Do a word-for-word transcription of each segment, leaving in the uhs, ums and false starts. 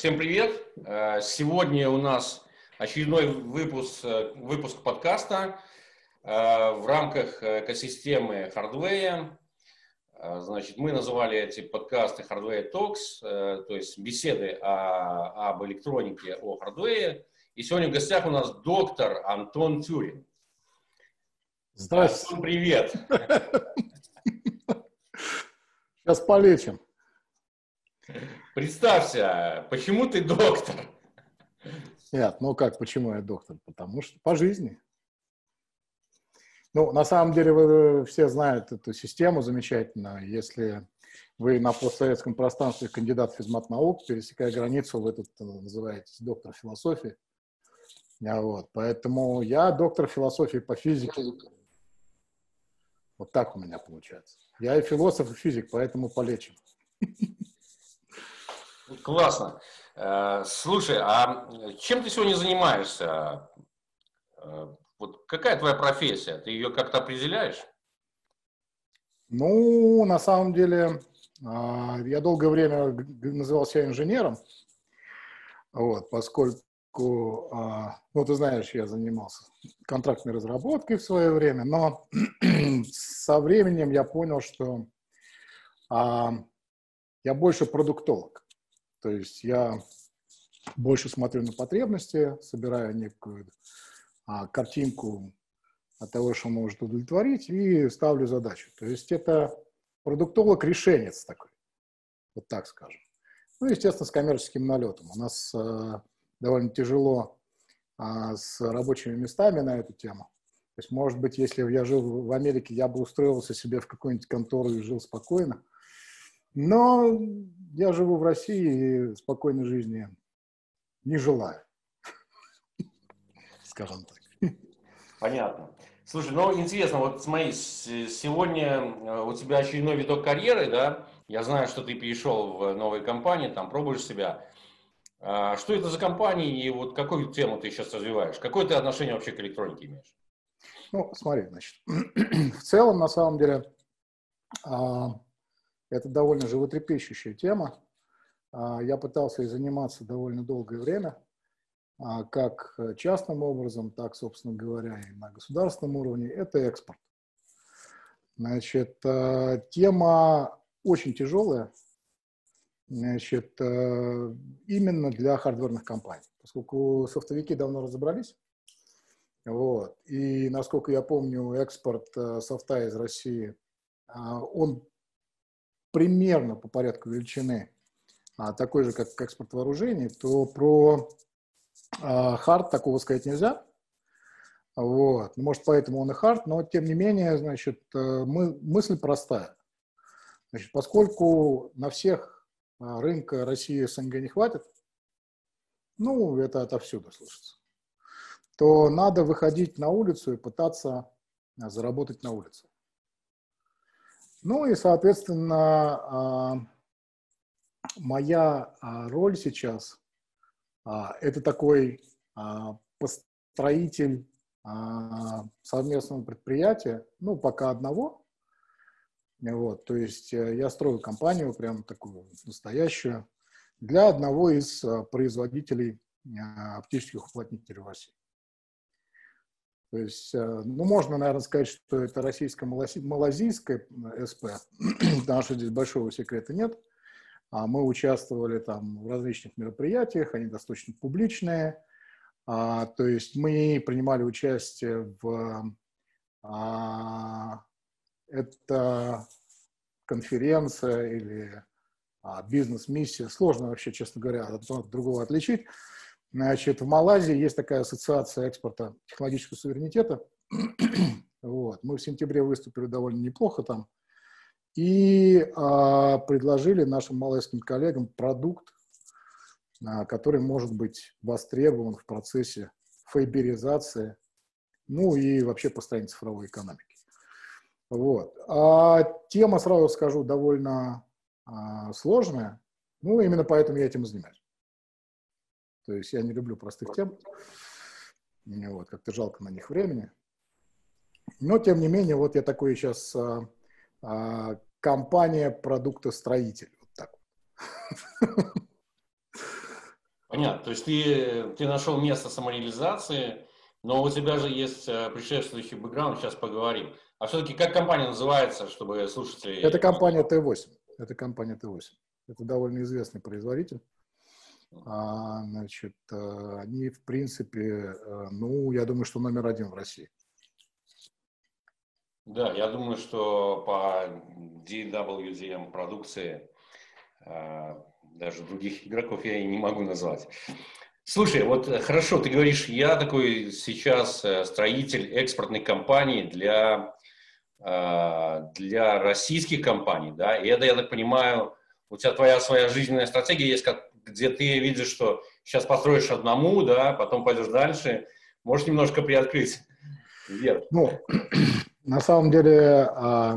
Всем привет! Сегодня у нас очередной выпуск, выпуск подкаста в рамках экосистемы Hardware. Значит, мы называли эти подкасты Hardware Talks, то есть беседы о, об электронике, о хардвее. И сегодня в гостях у нас доктор Антон Тюрин. Здравствуйте. Антон, привет! Сейчас полечим. Представься, почему ты доктор? Нет, ну как, почему я доктор? Потому что по жизни. Ну, на самом деле, вы все знают эту систему замечательно. Если вы на постсоветском пространстве кандидат физмат-наук, пересекая границу, вы тут называетесь доктор философии. Вот. Поэтому я доктор философии по физике. Вот так у меня получается. Я и философ, и физик, поэтому полечим. Классно. Слушай, а чем ты сегодня занимаешься? Вот какая твоя профессия? Ты ее как-то определяешь? Ну, на самом деле, я долгое время называл себя инженером, вот, поскольку, ну, ты знаешь, я занимался контрактной разработкой в свое время, но со временем я понял, что я больше продуктолог. То есть я больше смотрю на потребности, собираю некую а, картинку от того, что может удовлетворить, и ставлю задачу. То есть это продуктолог-решенец такой, вот так скажем. Ну, естественно, с коммерческим налетом. У нас а, довольно тяжело а, с рабочими местами на эту тему. То есть, может быть, если бы я жил в Америке, я бы устроился себе в какую-нибудь контору и жил спокойно. Но я живу в России и спокойной жизни не желаю, скажем так. Понятно. Слушай, ну интересно, вот смотри, сегодня у тебя очередной виток карьеры, да? Я знаю, что ты перешел в новые компании, там пробуешь себя. Что это за компании и вот какую тему ты сейчас развиваешь? Какое ты отношение вообще к электронике имеешь? Ну, смотри, значит, в целом, на самом деле, это довольно животрепещущая тема. Я пытался ей заниматься довольно долгое время, как частным образом, так, собственно говоря, и на государственном уровне. Это экспорт. Значит, тема очень тяжелая, значит, именно для хардверных компаний, поскольку софтовики давно разобрались. Вот. И, насколько я помню, экспорт софта из России, он примерно по порядку величины такой же, как экспорт вооружений, то про хард такого сказать нельзя. Вот. Может, поэтому он и хард, но, тем не менее, значит, мы, мысль простая. Значит, поскольку на всех рынка России СНГ не хватит, ну, это отовсюду слышится, то надо выходить на улицу и пытаться заработать на улице. Ну и, соответственно, моя роль сейчас – это такой построитель совместного предприятия, ну, пока одного. Вот, то есть я строю компанию, прям такую настоящую, для одного из производителей оптических уплотнителей в России. То есть, ну, можно, наверное, сказать, что это российско-малазийское СП, потому что здесь большого секрета нет. Мы участвовали там в различных мероприятиях, они достаточно публичные. То есть мы принимали участие в это конференция или бизнес-миссия. Сложно вообще, честно говоря, от одного от другого отличить. Значит, в Малайзии есть такая ассоциация экспорта технологического суверенитета. Вот. Мы в сентябре выступили довольно неплохо там и а, предложили нашим малайским коллегам продукт, а, который может быть востребован в процессе файберизации, ну и вообще построения цифровой экономики. Вот. А тема, сразу скажу, довольно а, сложная, ну именно поэтому я этим и занимаюсь. То есть я не люблю простых тем, вот, как-то жалко на них времени. Но, тем не менее, вот я такой сейчас а, а, компания продуктостроитель. Вот так вот. Понятно. То есть ты, ты нашел место самореализации, но у тебя же есть э, предшествующий бэкграунд, сейчас поговорим. А все-таки как компания называется, чтобы Это слушатели... компания Т восемь. Это компания Т восемь. Это довольно известный производитель. А, значит, э, они, в принципе, э, ну, я думаю, что номер один в России. Да, я думаю, что по ди дабл ю ди эм продукции э, даже других игроков я и не могу назвать. Слушай, вот э, хорошо, ты говоришь, я такой сейчас э, строитель экспортной компании для, э, для российских компаний, да, и это, я так понимаю, у тебя твоя своя жизненная стратегия есть, как, где ты видишь, что сейчас построишь одному, да, потом пойдешь дальше, можешь немножко приоткрыть вверх. Ну, на самом деле, а,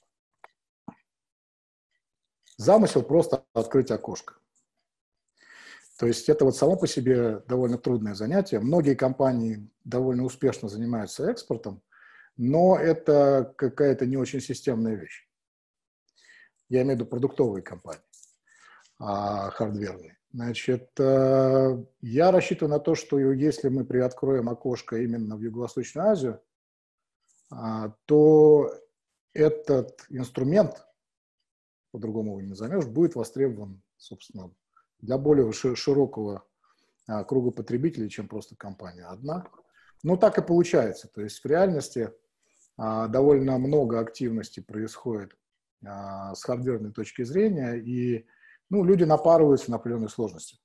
замысел просто открыть окошко. То есть это вот само по себе довольно трудное занятие. Многие компании довольно успешно занимаются экспортом, но это какая-то не очень системная вещь. Я имею в виду продуктовые компании, а, хардверные. Значит, э, я рассчитываю на то, что если мы приоткроем окошко именно в Юго-Восточную Азию, а, то этот инструмент, по-другому его не назовешь, будет востребован, собственно, для более широкого а, круга потребителей, чем просто компания одна. Но так и получается. То есть в реальности а, довольно много активности происходит а, с хардверной точки зрения, и ну, люди напарываются на определенные сложности.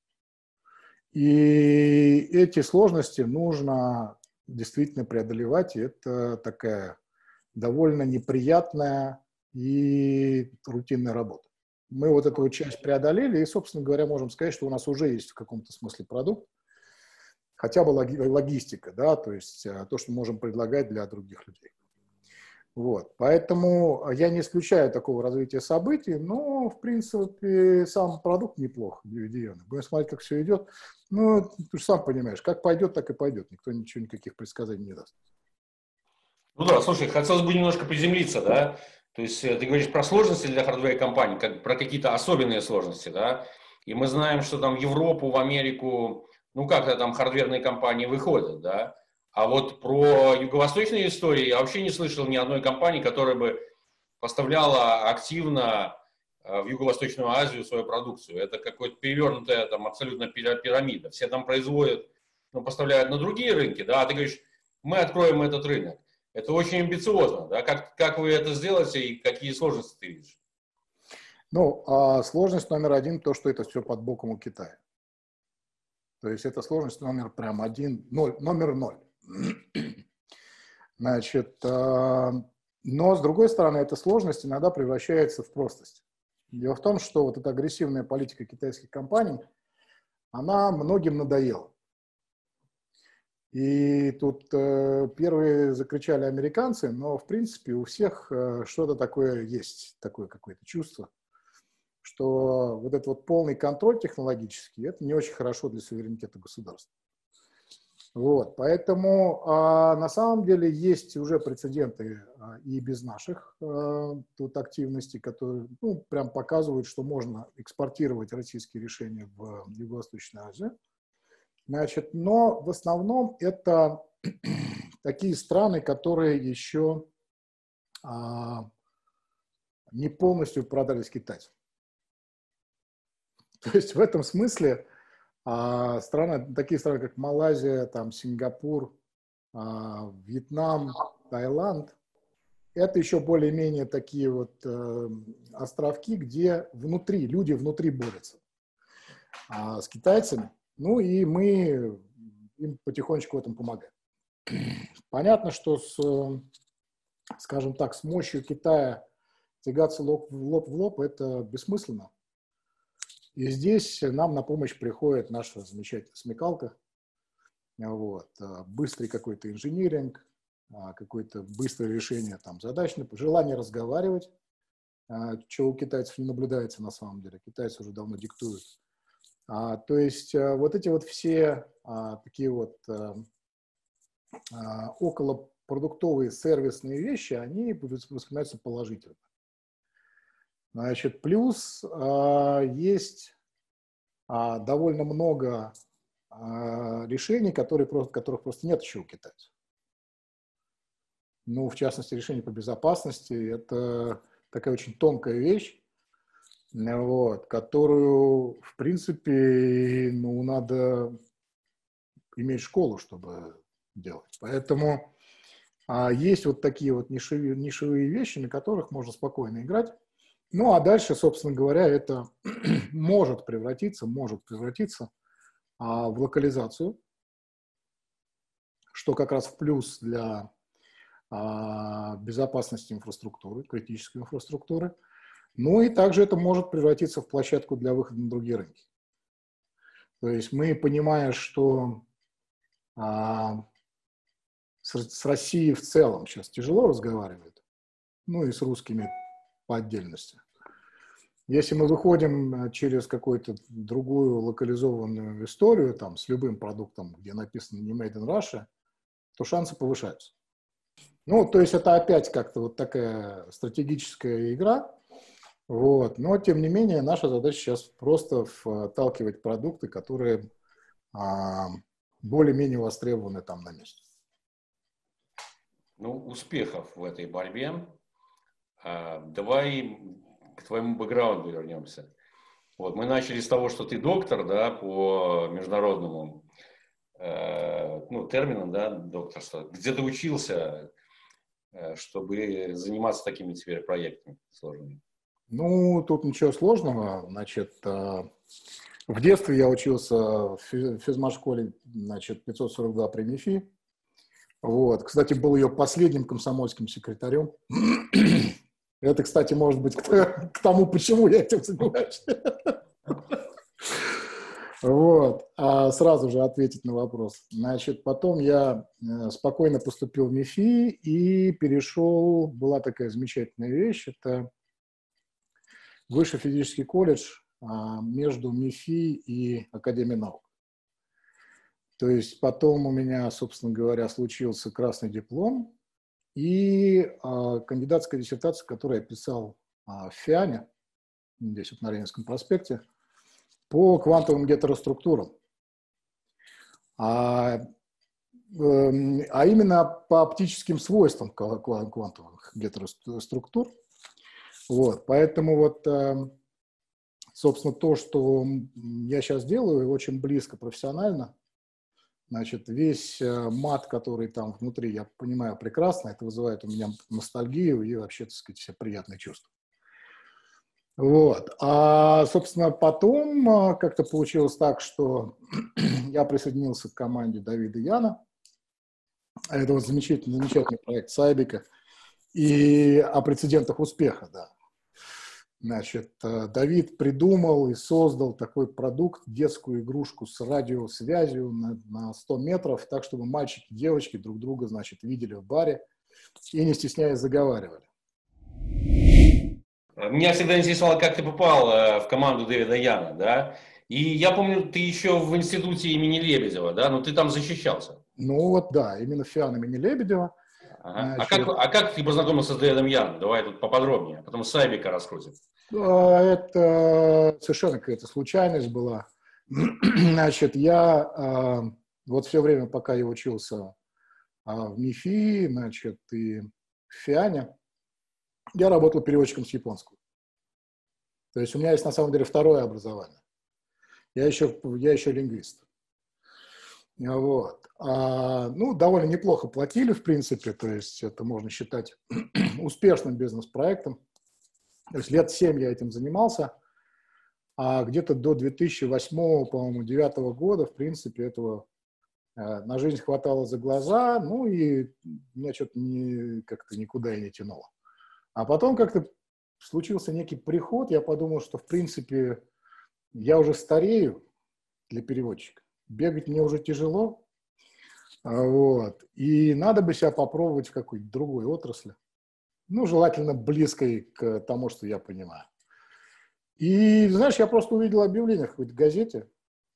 И эти сложности нужно действительно преодолевать, и это такая довольно неприятная и рутинная работа. Мы вот эту часть преодолели, и, собственно говоря, можем сказать, что у нас уже есть в каком-то смысле продукт, хотя бы логи логистика, да, то есть то, что мы можем предлагать для других людей. Вот. Поэтому я не исключаю такого развития событий, но, в принципе, сам продукт неплох для ю ди эн. Будем смотреть, как все идет. Ну, ты же сам понимаешь, как пойдет, так и пойдет. Никто ничего, никаких предсказаний не даст. Ну да, слушай, хотелось бы немножко приземлиться, да, то есть э, ты говоришь про сложности для хардвер компаний, как, про какие-то особенные сложности, да, и мы знаем, что там в Европу, в Америку, ну как-то там хардверные компании выходят, да, а вот про юго-восточные истории я вообще не слышал ни одной компании, которая бы поставляла активно э, в Юго-Восточную Азию свою продукцию. Это какая-то перевернутая там абсолютно пирамида. Все там производят, ну, поставляют на другие рынки, да, а ты говоришь, мы откроем этот рынок. Это очень амбициозно, да? Как, как вы это сделаете и какие сложности ты видишь? Ну, а сложность номер один то, что это все под боком у Китая. То есть это сложность номер прям один, ноль, номер ноль. Значит, но с другой стороны, эта сложность иногда превращается в простость. Дело в том, что вот эта агрессивная политика китайских компаний, она многим надоела. И тут э, первые закричали американцы, но, в принципе, у всех э, что-то такое есть, такое какое-то чувство, что вот этот вот полный контроль технологический, это не очень хорошо для суверенитета государства. Вот, поэтому э, на самом деле есть уже прецеденты э, и без наших э, тут активностей, которые ну, прям показывают, что можно экспортировать российские решения в Юго-Восточную Азию. Значит, но в основном это такие страны, которые еще а, не полностью продались китайцам. То есть в этом смысле а, страны, такие страны, как Малайзия, там, Сингапур, а, Вьетнам, Таиланд, это еще более-менее такие вот э, островки, где внутри, люди внутри борются а, с китайцами. Ну и мы им потихонечку в этом помогаем. Понятно, что с, скажем так, с мощью Китая тягаться лоб в лоб, в лоб это бессмысленно. И здесь нам на помощь приходит наша замечательная смекалка. Вот. Быстрый какой-то инжиниринг, какое-то быстрое решение там, задач, желание разговаривать, чего у китайцев не наблюдается на самом деле. Китайцы уже давно диктуют. А, то есть а, вот эти вот все а, такие вот а, а, околопродуктовые сервисные вещи, они воспринимаются положительно. Значит, плюс а, есть а, довольно много а, решений, которые, просто, которых просто нет еще у китайцев. Ну, в частности, решение по безопасности – это такая очень тонкая вещь, вот, которую, в принципе, ну, надо иметь школу, чтобы делать. Поэтому а, есть вот такие вот нишевые, нишевые вещи, на которых можно спокойно играть. Ну, а дальше, собственно говоря, это может превратиться, может превратиться а, в локализацию, что как раз в плюс для а, безопасности инфраструктуры, критической инфраструктуры. Ну и также это может превратиться в площадку для выхода на другие рынки. То есть мы, понимая, что а, с, с Россией в целом сейчас тяжело разговаривать, ну и с русскими по отдельности. Если мы выходим через какую-то другую локализованную историю, там, с любым продуктом, где написано не Made in Russia, то шансы повышаются. Ну, то есть это опять как-то вот такая стратегическая игра, вот. Но, тем не менее, наша задача сейчас просто вталкивать продукты, которые а, более-менее востребованы там на месте. Ну, успехов в этой борьбе. А, давай к твоему бэкграунду вернемся. Вот, мы начали с того, что ты доктор, да, по международному э, ну, терминам, да, докторства. Где ты учился, э, чтобы заниматься такими теперь проектами сложными? Ну, тут ничего сложного. Значит, э, в детстве я учился в физмат-школе, значит, пятьсот сорок два при МИФИ. Вот. Кстати, был ее последним комсомольским секретарем. Это, кстати, может быть к, к тому, почему я этим занимаюсь. Вот. А сразу же ответить на вопрос. Значит, потом я спокойно поступил в МИФИ и перешел, была такая замечательная вещь, это Высший физический колледж между МИФИ и Академией наук. То есть потом у меня, собственно говоря, случился красный диплом и а, кандидатская диссертация, которую я писал а, в ФИАНе, здесь вот на Ленинском проспекте, по квантовым гетероструктурам. А, э, а именно по оптическим свойствам квантовых гетероструктур. Вот, поэтому вот, э, собственно, то, что я сейчас делаю, очень близко профессионально. Значит, весь мат, который там внутри, я понимаю прекрасно, это вызывает у меня ностальгию и вообще, так сказать, все приятные чувства. Вот. А, собственно, потом как-то получилось так, что я присоединился к команде Давида Яна. Это вот замечательный, замечательный проект Сайбика. И о прецедентах успеха, да. Значит, Давид придумал и создал такой продукт, детскую игрушку с радиосвязью на, на сто метров, так, чтобы мальчики и девочки друг друга, значит, видели в баре и, не стесняясь, заговаривали. Меня всегда интересовало, как ты попал в команду Дэвида Яна, да? И я помню, ты еще в институте имени Лебедева, да? Но ты там защищался. Ну вот, да, именно ФИАН имени Лебедева. Ага. А, как, а как ты познакомился с Дэвидом Яном? Давай тут поподробнее, а потом Сайбика раскрутим. Это совершенно какая-то случайность была. Значит, я вот все время, пока я учился в МИФИ, значит, и в ФИАНе, я работал переводчиком с японского. То есть у меня есть, на самом деле, второе образование. Я еще, я еще лингвист. Вот. А, ну, довольно неплохо платили, в принципе, то есть это можно считать успешным бизнес-проектом. То есть лет семь я этим занимался, а где-то до две тысячи восьмого, по-моему, две тысячи девятого года, в принципе, этого э, на жизнь хватало за глаза, ну и меня что-то не, как-то никуда и не тянуло. А потом как-то случился некий приход, я подумал, что, в принципе, я уже старею для переводчика, бегать мне уже тяжело, вот, и надо бы себя попробовать в какой-то другой отрасли. Ну, желательно близкой к тому, что я понимаю. И, знаешь, я просто увидел объявление в какой-то газете,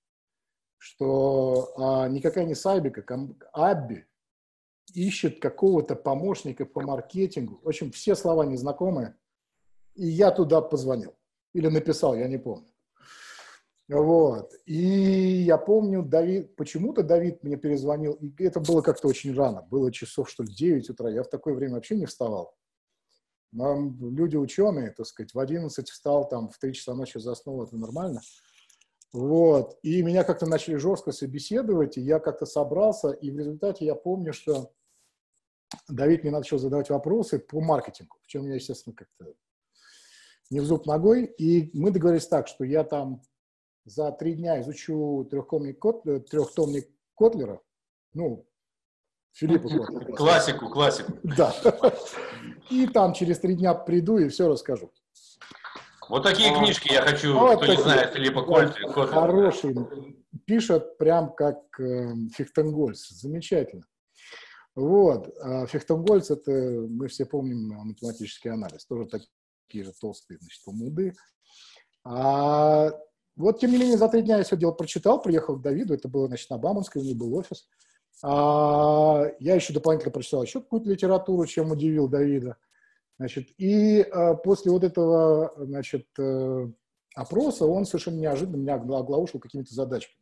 что а, никакая не Сайбика, а Абби ищет какого-то помощника по маркетингу. В общем, все слова незнакомые. И я туда позвонил. Или написал, я не помню. Вот. И я помню, Давид, почему-то Давид мне перезвонил, и это было как-то очень рано, было часов, что ли, девять утра, я в такое время вообще не вставал. Но люди ученые, так сказать, в одиннадцать встал, там, в три часа ночи заснул, это нормально. Вот. И меня как-то начали жестко собеседовать, и я как-то собрался, и в результате я помню, что Давид мне начал задавать вопросы по маркетингу, в чем я, естественно, как-то не в зуб ногой, и мы договорились так, что я там за три дня изучу трехтомник, Кот, трехтомник Котлера, ну, Филиппа Котлера. Классику, классику. Да. И там через три дня приду и все расскажу. Вот такие а, книжки я хочу, вот кто такие, не знает Филиппа да, Котлера. Хороший. Пишет прям как э, Фихтенгольц. Замечательно. Вот. А Фихтенгольц, это мы все помним математический анализ. Тоже такие же толстые, значит, умуды. А вот, тем не менее, за три дня я все дело прочитал, приехал к Давиду, это было, значит, на Бауманской, у них был офис. А, я еще дополнительно прочитал еще какую-то литературу, чем удивил Давида. Значит, и а, после вот этого, значит, опроса он совершенно неожиданно меня оглаушил какими-то задачками.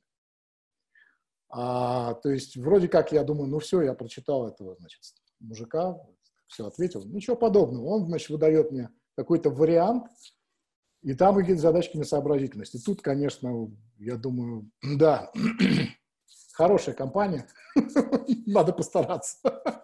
А, то есть, вроде как, я думаю, ну все, я прочитал этого, значит, мужика, все ответил. Ничего подобного. Он, значит, выдает мне какой-то вариант, и там какие-то задачки на сообразительность. И тут, конечно, я думаю, да, хорошая компания, надо постараться.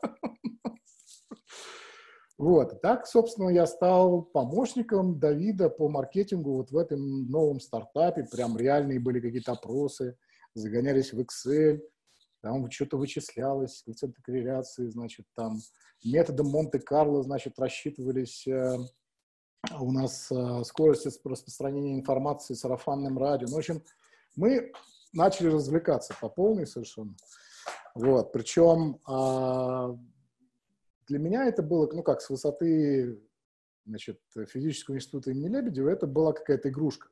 Вот. Так, собственно, я стал помощником Давида по маркетингу вот в этом новом стартапе. Прям реальные были какие-то опросы, загонялись в Excel, там что-то вычислялось, коэффициенты корреляции, значит, там методом Монте-Карло, значит, рассчитывались э, у нас э, скорость распространения информации сарафанным радио. Ну, в общем, мы начали развлекаться по полной совершенно. Вот. Причем э, для меня это было, ну как, с высоты, значит, физического института имени Лебедева, это была какая-то игрушка.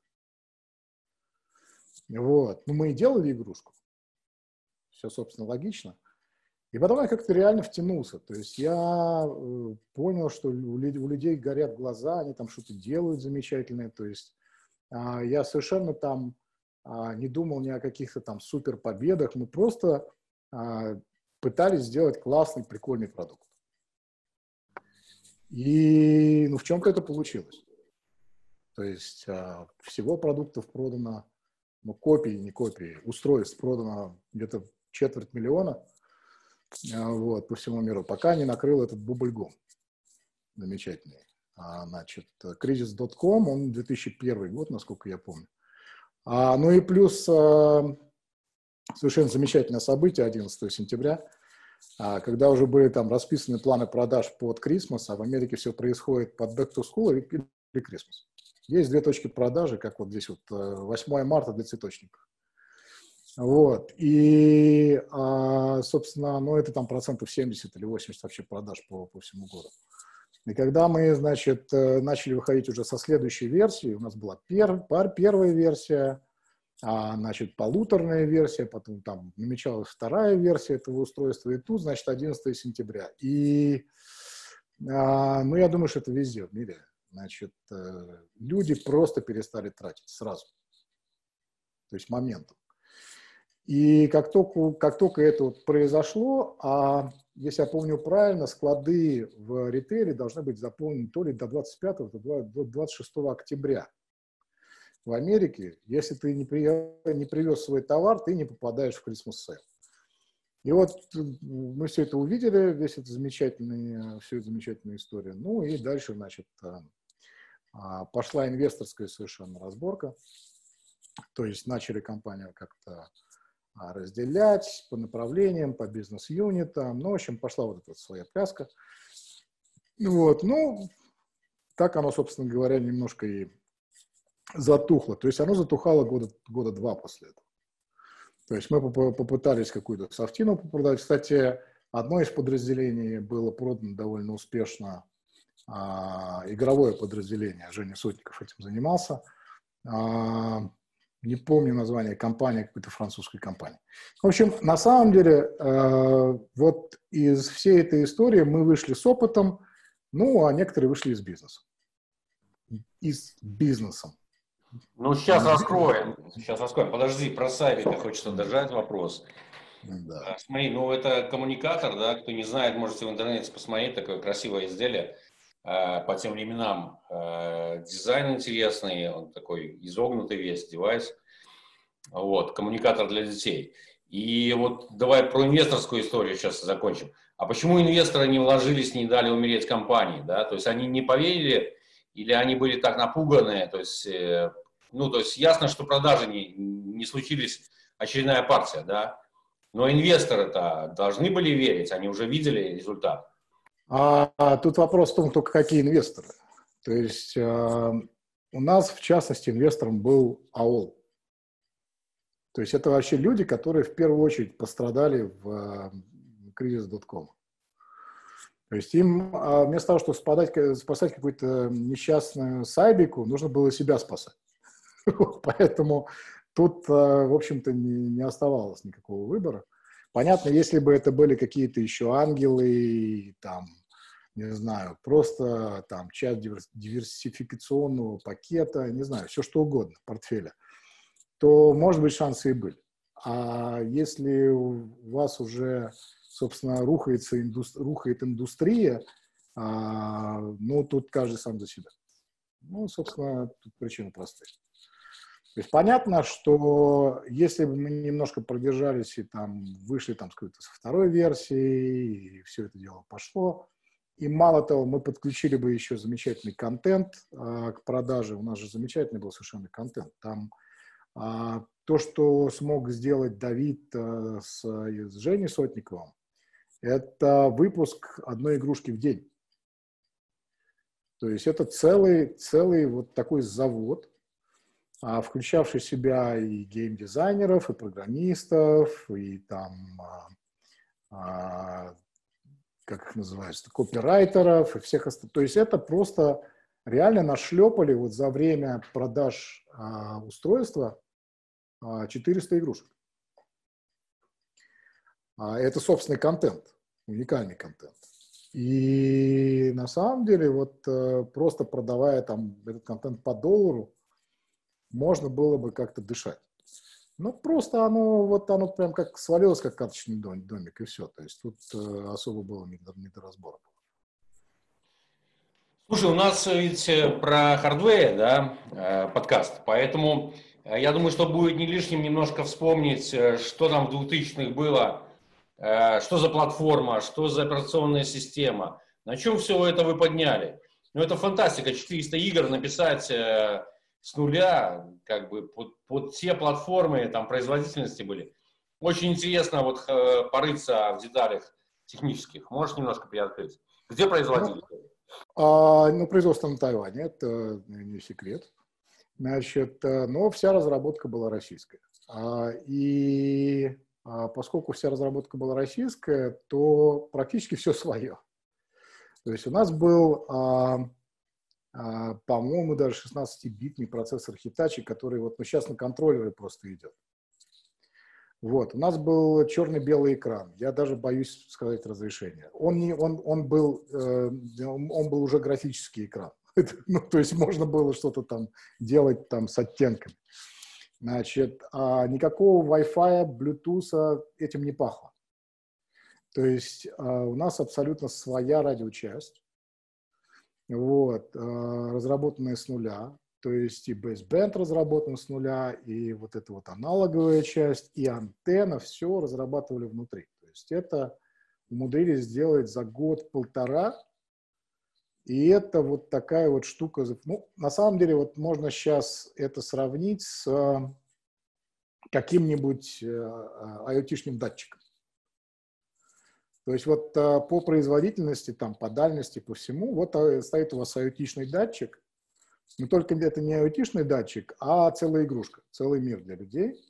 Вот. Ну, мы и делали игрушку. Все, собственно, логично. И потом я как-то реально втянулся. То есть я э, понял, что у, у людей горят глаза, они там что-то делают замечательное. То есть э, я совершенно там э, не думал ни о каких-то там супер победах. Мы просто э, пытались сделать классный, прикольный продукт. И ну, в чем-то это получилось. То есть э, всего продуктов продано, ну, копий, не копии, устройств продано где-то четверть миллиона. Вот, по всему миру, пока не накрыл этот бубльгум замечательный. А, значит, кризис точка ком, он две тысячи первый год, насколько я помню. А, ну и плюс а, совершенно замечательное событие одиннадцатого сентября, а, когда уже были там расписаны планы продаж под Christmas, а в Америке все происходит под Back to School или Christmas. Есть две точки продажи, как вот здесь вот восьмое марта для цветочников. Вот, и, а, собственно, ну, это там процентов семьдесят или восемьдесят вообще продаж по, по всему году. И когда мы, значит, начали выходить уже со следующей версии, у нас была пер, пар, первая версия, а, значит, полуторная версия, потом там намечалась вторая версия этого устройства, и тут, значит, одиннадцатого сентября. И, а, ну, я думаю, что это везде в мире. Значит, люди просто перестали тратить сразу, то есть моментом. И как только, как только это вот произошло, а если я помню правильно, склады в ритейле должны быть заполнены то ли до двадцать пятого, то до двадцать шестого октября. В Америке, если ты не, при, не привез свой товар, ты не попадаешь в Christmas sale. И вот мы все это увидели, весь это замечательный, всю эту замечательную историю. Ну и дальше, значит, пошла инвесторская совершенно разборка. То есть начали компанию как-то разделять по направлениям, по бизнес-юнитам. Ну, в общем, пошла вот эта вот своя пляска. Вот, ну, так оно, собственно говоря, немножко и затухло. То есть оно затухало года, года два после этого. То есть мы попытались какую-то софтину продать. Кстати, одно из подразделений было продано довольно успешно. А, игровое подразделение. Женя Сотников этим занимался. А, Не помню название компании, какой-то французской компании. В общем, на самом деле, э, вот из всей этой истории мы вышли с опытом, ну, а некоторые вышли из бизнеса. И с бизнесом. Ну, сейчас раскроем. Сейчас раскроем. Подожди, про Сайбика хочется дожать вопрос. Да. Смотри, ну это коммуникатор, да, кто не знает, можете в интернете посмотреть, такое красивое изделие. По тем временам дизайн интересный, он такой изогнутый весь девайс. Вот, коммуникатор для детей. И вот давай про инвесторскую историю сейчас закончим. А почему инвесторы не вложились, не дали умереть компании, да? То есть они не поверили или они были так напуганы? То есть, ну, то есть ясно, что продажи не, не случились, очередная партия, да? Но инвесторы-то должны были верить, они уже видели результат. А, а тут вопрос в том, только какие инвесторы. То есть э, у нас, в частности, инвестором был АОЛ. То есть это вообще люди, которые в первую очередь пострадали в э, кризис доткома. То есть им э, вместо того, чтобы спасать, спасать какую-то несчастную Сайбику, нужно было себя спасать. Поэтому тут, э, в общем-то, не, не оставалось никакого выбора. Понятно, если бы это были какие-то еще ангелы, там, не знаю, просто там часть диверсификационного пакета, не знаю, все что угодно, портфеля, то, может быть, шансы и были. А если у вас уже, собственно, рухается индустри- рухает индустрия, а, ну, тут каждый сам за себя. Ну, собственно, тут причина простая. То есть понятно, что если бы мы немножко продержались и там вышли там, с какой-то со второй версии, и все это дело пошло, и мало того, мы подключили бы еще замечательный контент а, к продаже. У нас же замечательный был совершенно контент. Там а, то, что смог сделать Давид а, с, с Женей Сотниковым, это выпуск одной игрушки в день. То есть это целый, целый вот такой завод, включавший в себя и геймдизайнеров, и программистов, и там, а, а, как их называется, копирайтеров, и всех остальных. То есть это просто реально нашлепали вот за время продаж а, устройства а, четыреста игрушек. А это собственный контент, уникальный контент. И на самом деле вот просто продавая там этот контент по доллару, можно было бы как-то дышать. Ну, просто оно, вот оно прям как свалилось, как карточный домик, и все. То есть тут э, особо было не до, не до разбора. Слушай, у нас ведь про хардвей, да, э, подкаст, поэтому я думаю, что будет не лишним немножко вспомнить, что там в двухтысячных было, э, что за платформа, что за операционная система, на чем все это вы подняли. Ну, это фантастика, четыреста игр написать э, с нуля, как бы под, под те платформы, там производительности были. Очень интересно вот э, порыться в деталях технических. Можешь немножко приоткрыть? Где производитель? Ну, а, ну, производство на Тайване, это не секрет. Значит, но вся разработка была российская. А, и а, поскольку вся разработка была российская, то практически все свое. То есть у нас был, а, а, по-моему, даже шестнадцатибитный процессор Hitachi, который вот ну, сейчас на контроллеры просто идет. Вот, у нас был черно-белый экран. Я даже боюсь сказать разрешение. Он, не, он, он, был, э, он был уже графический экран. Ну, то есть можно было что-то там делать там с оттенками. Значит, а никакого Wi-Fi, Bluetooth этим не пахло. То есть а, у нас абсолютно своя радиочасть, вот, а, разработанная с нуля. То есть и baseband разработан с нуля, и вот эта вот аналоговая часть, и антенна, все разрабатывали внутри. То есть это умудрились сделать за год-полтора, и это вот такая вот штука. Ну, на самом деле, вот можно сейчас это сравнить с каким-нибудь IoT-шным датчиком. То есть вот по производительности, там, по дальности, по всему, вот стоит у вас IoT-шный датчик, но только это не IoT-шный датчик, а целая игрушка, целый мир для людей.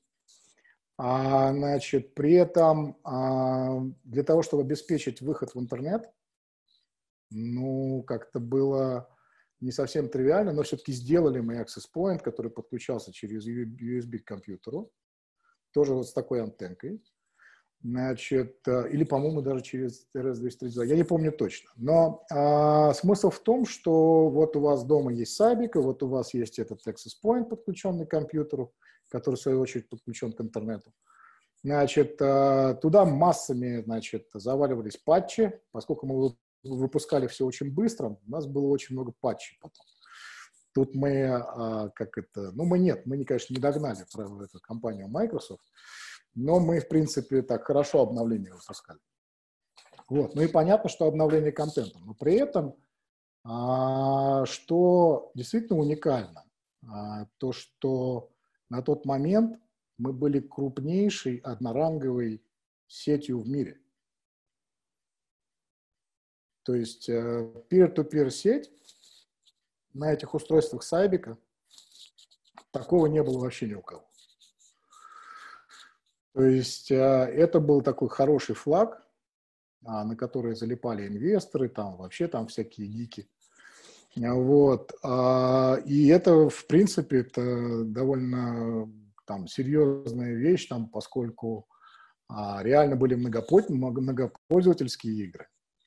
А, значит, при этом а, для того, чтобы обеспечить выход в интернет, ну, как-то было не совсем тривиально, но все-таки сделали мы Access Point, который подключался через ю эс би к компьютеру, тоже вот с такой антенкой. Значит, или, по-моему, даже через эр эс двести тридцать два, я не помню точно. Но а, смысл в том, что вот у вас дома есть сабик, и вот у вас есть этот access point, подключенный к компьютеру, который, в свою очередь, подключен к интернету. Значит, а, туда массами, значит, заваливались патчи, поскольку мы выпускали все очень быстро, у нас было очень много патчей потом. Тут мы, а, как это, ну мы нет, мы, конечно, не догнали про эту компанию Microsoft, но мы, в принципе, так хорошо обновления выпускали. Вот. Ну и понятно, что обновление контента. Но при этом, а, что действительно уникально, а, то, что на тот момент мы были крупнейшей одноранговой сетью в мире. То есть э, peer-to-peer сеть на этих устройствах Сайбика такого не было вообще ни у кого. То есть э, это был такой хороший флаг, а, на который залипали инвесторы, там вообще там всякие гики. Вот. А, и это, в принципе, это довольно там, серьезная вещь, там, поскольку а, реально были многопользовательские игры.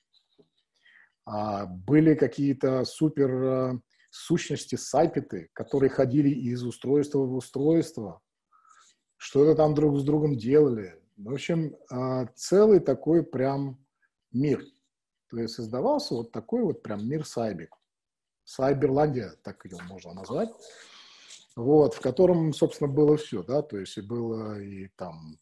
А, были какие-то супер а, сущности, сайпеты, которые ходили из устройства в устройство, что-то там друг с другом делали. В общем, целый такой прям мир. То есть создавался вот такой вот прям мир Сайбик. Сайберландия, так ее можно назвать. Вот, в котором, собственно, было все, да, то есть и было и там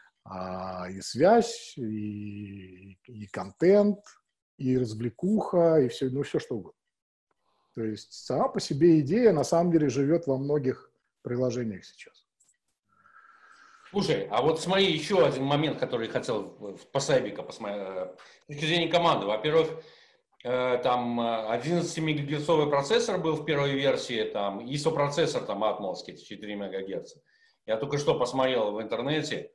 и связь, и, и контент, и развлекуха, и все, ну, все что угодно. То есть сама по себе идея на самом деле живет во многих приложениях сейчас. Слушай, а вот смотри, еще один момент, который я хотел по Сайбика посмотреть. С точки зрения команды. Во-первых, там одиннадцатимегагерцовый процессор был в первой версии, там ай эс о-процессор там атмосский, четыре мегагерца. Я только что посмотрел в интернете,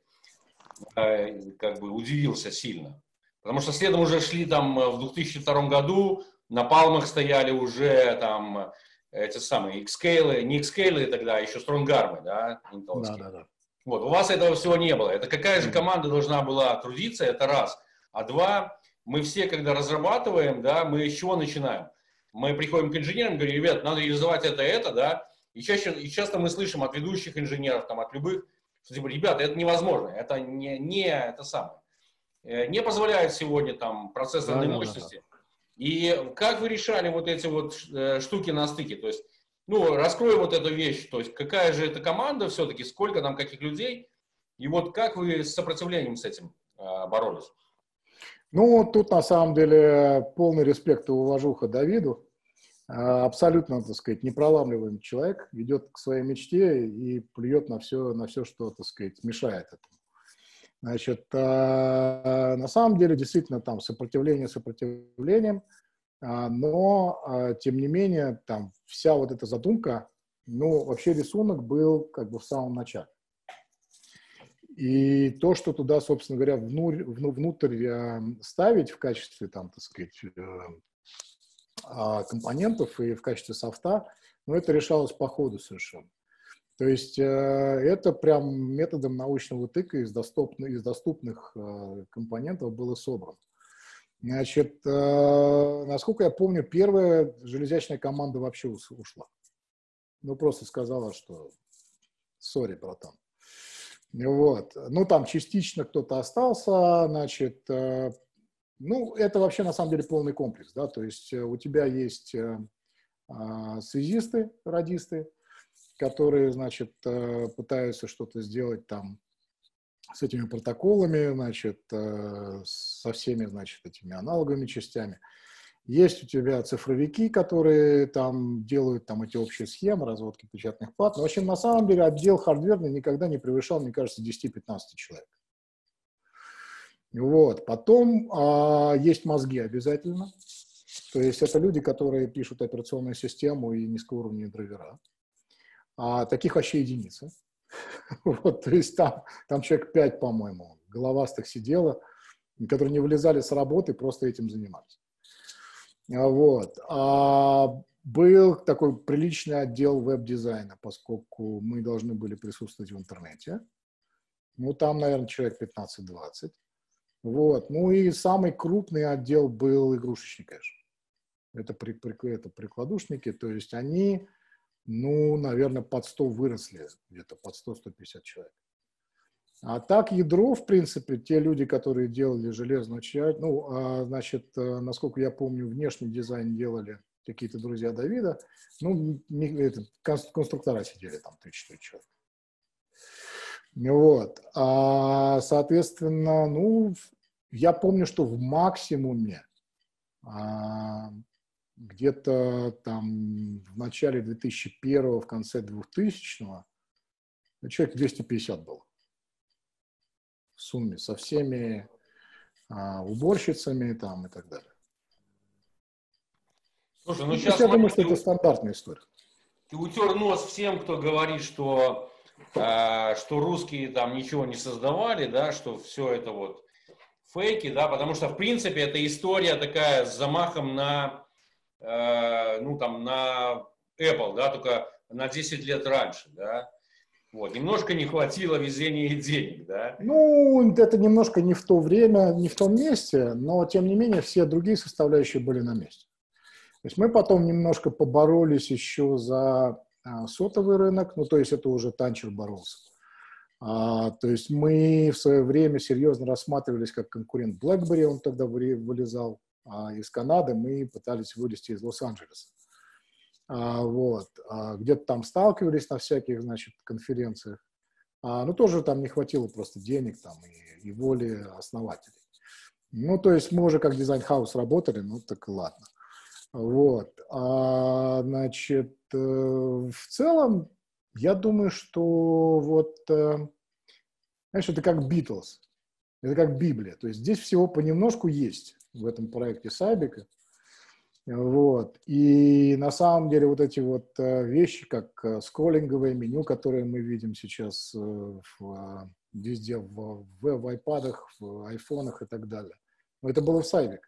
как бы удивился сильно. Потому что следом уже шли там в две тысячи втором году, на палмах стояли уже там эти самые X-Scale, не X-Scale тогда, а еще Strongarm, да, интеловские. Да, да, да. Вот, у вас этого всего не было. Это какая же команда должна была трудиться, это раз. А два, мы все, когда разрабатываем, да, мы с чего начинаем? Мы приходим к инженерам, говорим, ребят, надо реализовать это, это, да. И, чаще, и часто мы слышим от ведущих инженеров, там, от любых, что типа, ребята, это невозможно, это не, не это самое. Не позволяет сегодня там процессорной да, мощности. Да, да. И как вы решали вот эти вот штуки на стыке? То есть, ну, раскрою вот эту вещь, то есть какая же это команда все-таки, сколько там каких людей, и вот как вы с сопротивлением с этим э, боролись? Ну, тут на самом деле полный респект и уважуха Давиду. Абсолютно, так сказать, непроламливаемый человек, идет к своей мечте и плюет на все, на все, что, так сказать, мешает этому. Значит, на самом деле, действительно, там сопротивление сопротивлением, но, тем не менее, там вся вот эта задумка, ну, вообще рисунок был как бы в самом начале. И то, что туда, собственно говоря, внутрь, внутрь ставить в качестве, там, так сказать, компонентов и в качестве софта, ну, это решалось по ходу совершенно. То есть э, это прям методом научного тыка из доступных, из доступных э, компонентов было собрано. Значит, э, насколько я помню, первая железячная команда вообще ушла. Ну, просто сказала, что сори, братан. Вот. Ну, там частично кто-то остался, значит, э, ну, это вообще на самом деле полный комплекс, да, то есть э, у тебя есть э, э, связисты, радисты, которые, значит, пытаются что-то сделать там с этими протоколами, значит, со всеми, значит, этими аналоговыми частями. Есть у тебя цифровики, которые там делают там эти общие схемы, разводки печатных плат. Но, в общем, на самом деле отдел хардверный никогда не превышал, мне кажется, десять-пятнадцать человек. Вот. Потом а, есть мозги обязательно. То есть это люди, которые пишут операционную систему и низкоуровневые драйвера. А таких вообще единицы. Вот, то есть там, там человек пять, по-моему, головастых сидело, которые не вылезали с работы, просто этим занимались. Вот. А был такой приличный отдел веб-дизайна, поскольку мы должны были присутствовать в интернете. Ну, там, наверное, человек пятнадцать-двадцать. Вот. Ну, и самый крупный отдел был игрушечный, конечно. Это, при, при, это прикладушники, то есть они, ну, наверное, под сто выросли, где-то под сто - сто пятьдесят человек. А так ядро, в принципе, те люди, которые делали железную часть, ну, а, значит, насколько я помню, внешний дизайн делали какие-то друзья Давида, ну, не, это, конструктора сидели там три-четыре человека. Вот. А, соответственно, ну, я помню, что в максимуме а, где-то там в начале две тысячи первого, в конце двухтысячного человек двести пятьдесят было в сумме, со всеми а, уборщицами там и так далее. Слушай, ну Ну, то сейчас есть я смотри, думаю, что ты, это стандартная история. ты утер нос всем, кто говорит, что, э, что русские там ничего не создавали, да, что все это вот фейки, да, потому что, в принципе, эта история такая с замахом на, э, ну, там, на Apple, да, только на десять лет раньше, да. Вот, немножко не хватило везения и денег, да. Ну, это немножко не в то время, не в том месте, но, тем не менее, все другие составляющие были на месте. То есть мы потом немножко поборолись еще за а, сотовый рынок, ну, то есть это уже Танчер боролся. А, то есть мы в свое время серьезно рассматривались как конкурент BlackBerry, он тогда вылезал а, из Канады, мы пытались вылезти из Лос-Анджелеса. А, вот. А, где-то там сталкивались на всяких, значит, конференциях. А, ну, тоже там не хватило просто денег там и, и воли основателей. Ну, то есть мы уже как дизайн-хаус работали, ну, так и ладно. Вот. А, значит, э, в целом, я думаю, что вот, э, знаешь, это как Битлз, это как Библия. То есть здесь всего понемножку есть в этом проекте Сайбека. Вот. И на самом деле вот эти вот вещи, как скроллинговое меню, которые мы видим сейчас в, везде, в, в, в айпадах, в айфонах и так далее, но это было в Сайбеке.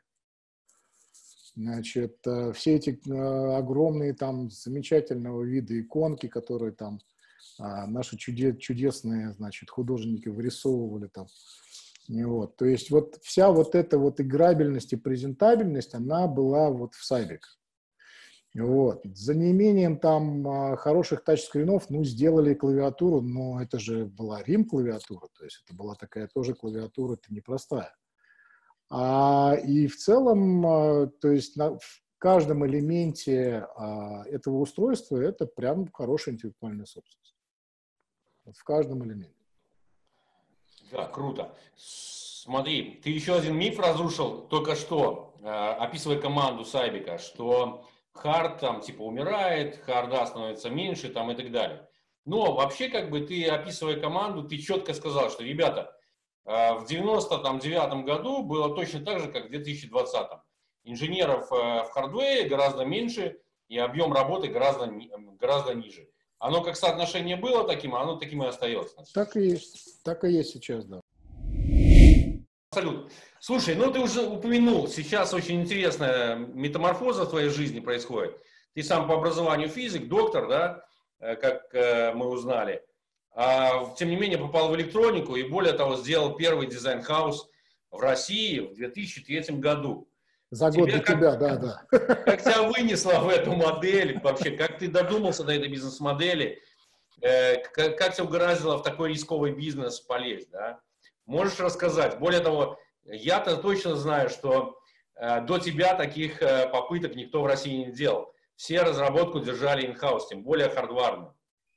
Значит, все эти огромные там замечательного вида иконки, которые там наши чудесные, значит, художники вырисовывали там. Вот. То есть вот вся вот эта вот играбельность и презентабельность, она была вот в Сайбек. Вот. За неимением там хороших тачскринов, ну, сделали клавиатуру, но это же была Рим-клавиатура, то есть это была такая тоже клавиатура, это непростая. А, и в целом, то есть на, в каждом элементе а, этого устройства это прям хорошая интеллектуальная собственность. Вот в каждом элементе. Да, круто. Смотри, ты еще один миф разрушил только что, э, описывая команду Сайбека, что хард там типа умирает, харда становится меньше там и так далее. Но вообще как бы ты, описывая команду, ты четко сказал, что, ребята, э, в девяносто девятом году было точно так же, как в две тысячи двадцатом. Инженеров э, в хардвее гораздо меньше и объем работы гораздо, гораздо ниже. Оно как соотношение было таким, а оно таким и остается. Так и есть. Так и есть сейчас, да. Абсолютно. Слушай, ну ты уже упомянул, сейчас очень интересная метаморфоза в твоей жизни происходит. Ты сам по образованию физик, доктор, да, как мы узнали. А, тем не менее попал в электронику и более того сделал первый дизайн-хаус в России в две тысячи третьем году. За год Тебя до как, тебя, да, да. Как тебя вынесло в эту модель вообще? Как ты додумался до этой бизнес-модели? Как, как тебя угораздило в такой рисковый бизнес полезть, да? Можешь рассказать? Более того, я-то точно знаю, что э, до тебя таких э, попыток никто в России не делал. Все разработку держали in-house, тем более хардварную.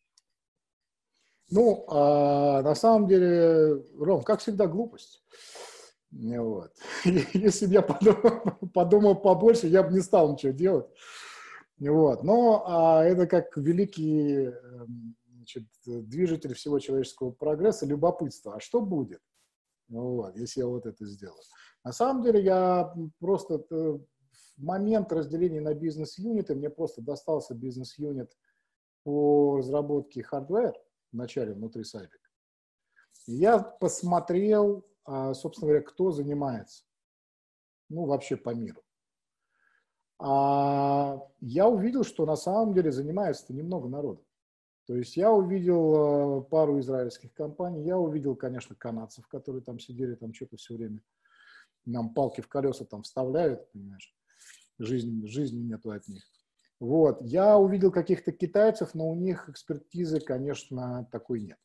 Ну, а, на самом деле, Ром, как всегда, глупость. Вот. Если бы я подумал, подумал побольше, я бы не стал ничего делать. Вот. Но а, это как великий, значит, движитель всего человеческого прогресса, любопытство. А что будет, вот, если я вот это сделаю? На самом деле я просто в момент разделения на бизнес-юниты, мне просто достался бизнес-юнит по разработке хардвера в начале внутри Сайбека. Я посмотрел, собственно говоря, кто занимается, ну, вообще по миру. А я увидел, что на самом деле занимается немного народу. То есть я увидел пару израильских компаний, я увидел, конечно, канадцев, которые там сидели, там что-то все время нам палки в колеса там вставляют, понимаешь, жизни, жизни нету от них. Вот, я увидел каких-то китайцев, но у них экспертизы, конечно, такой нет.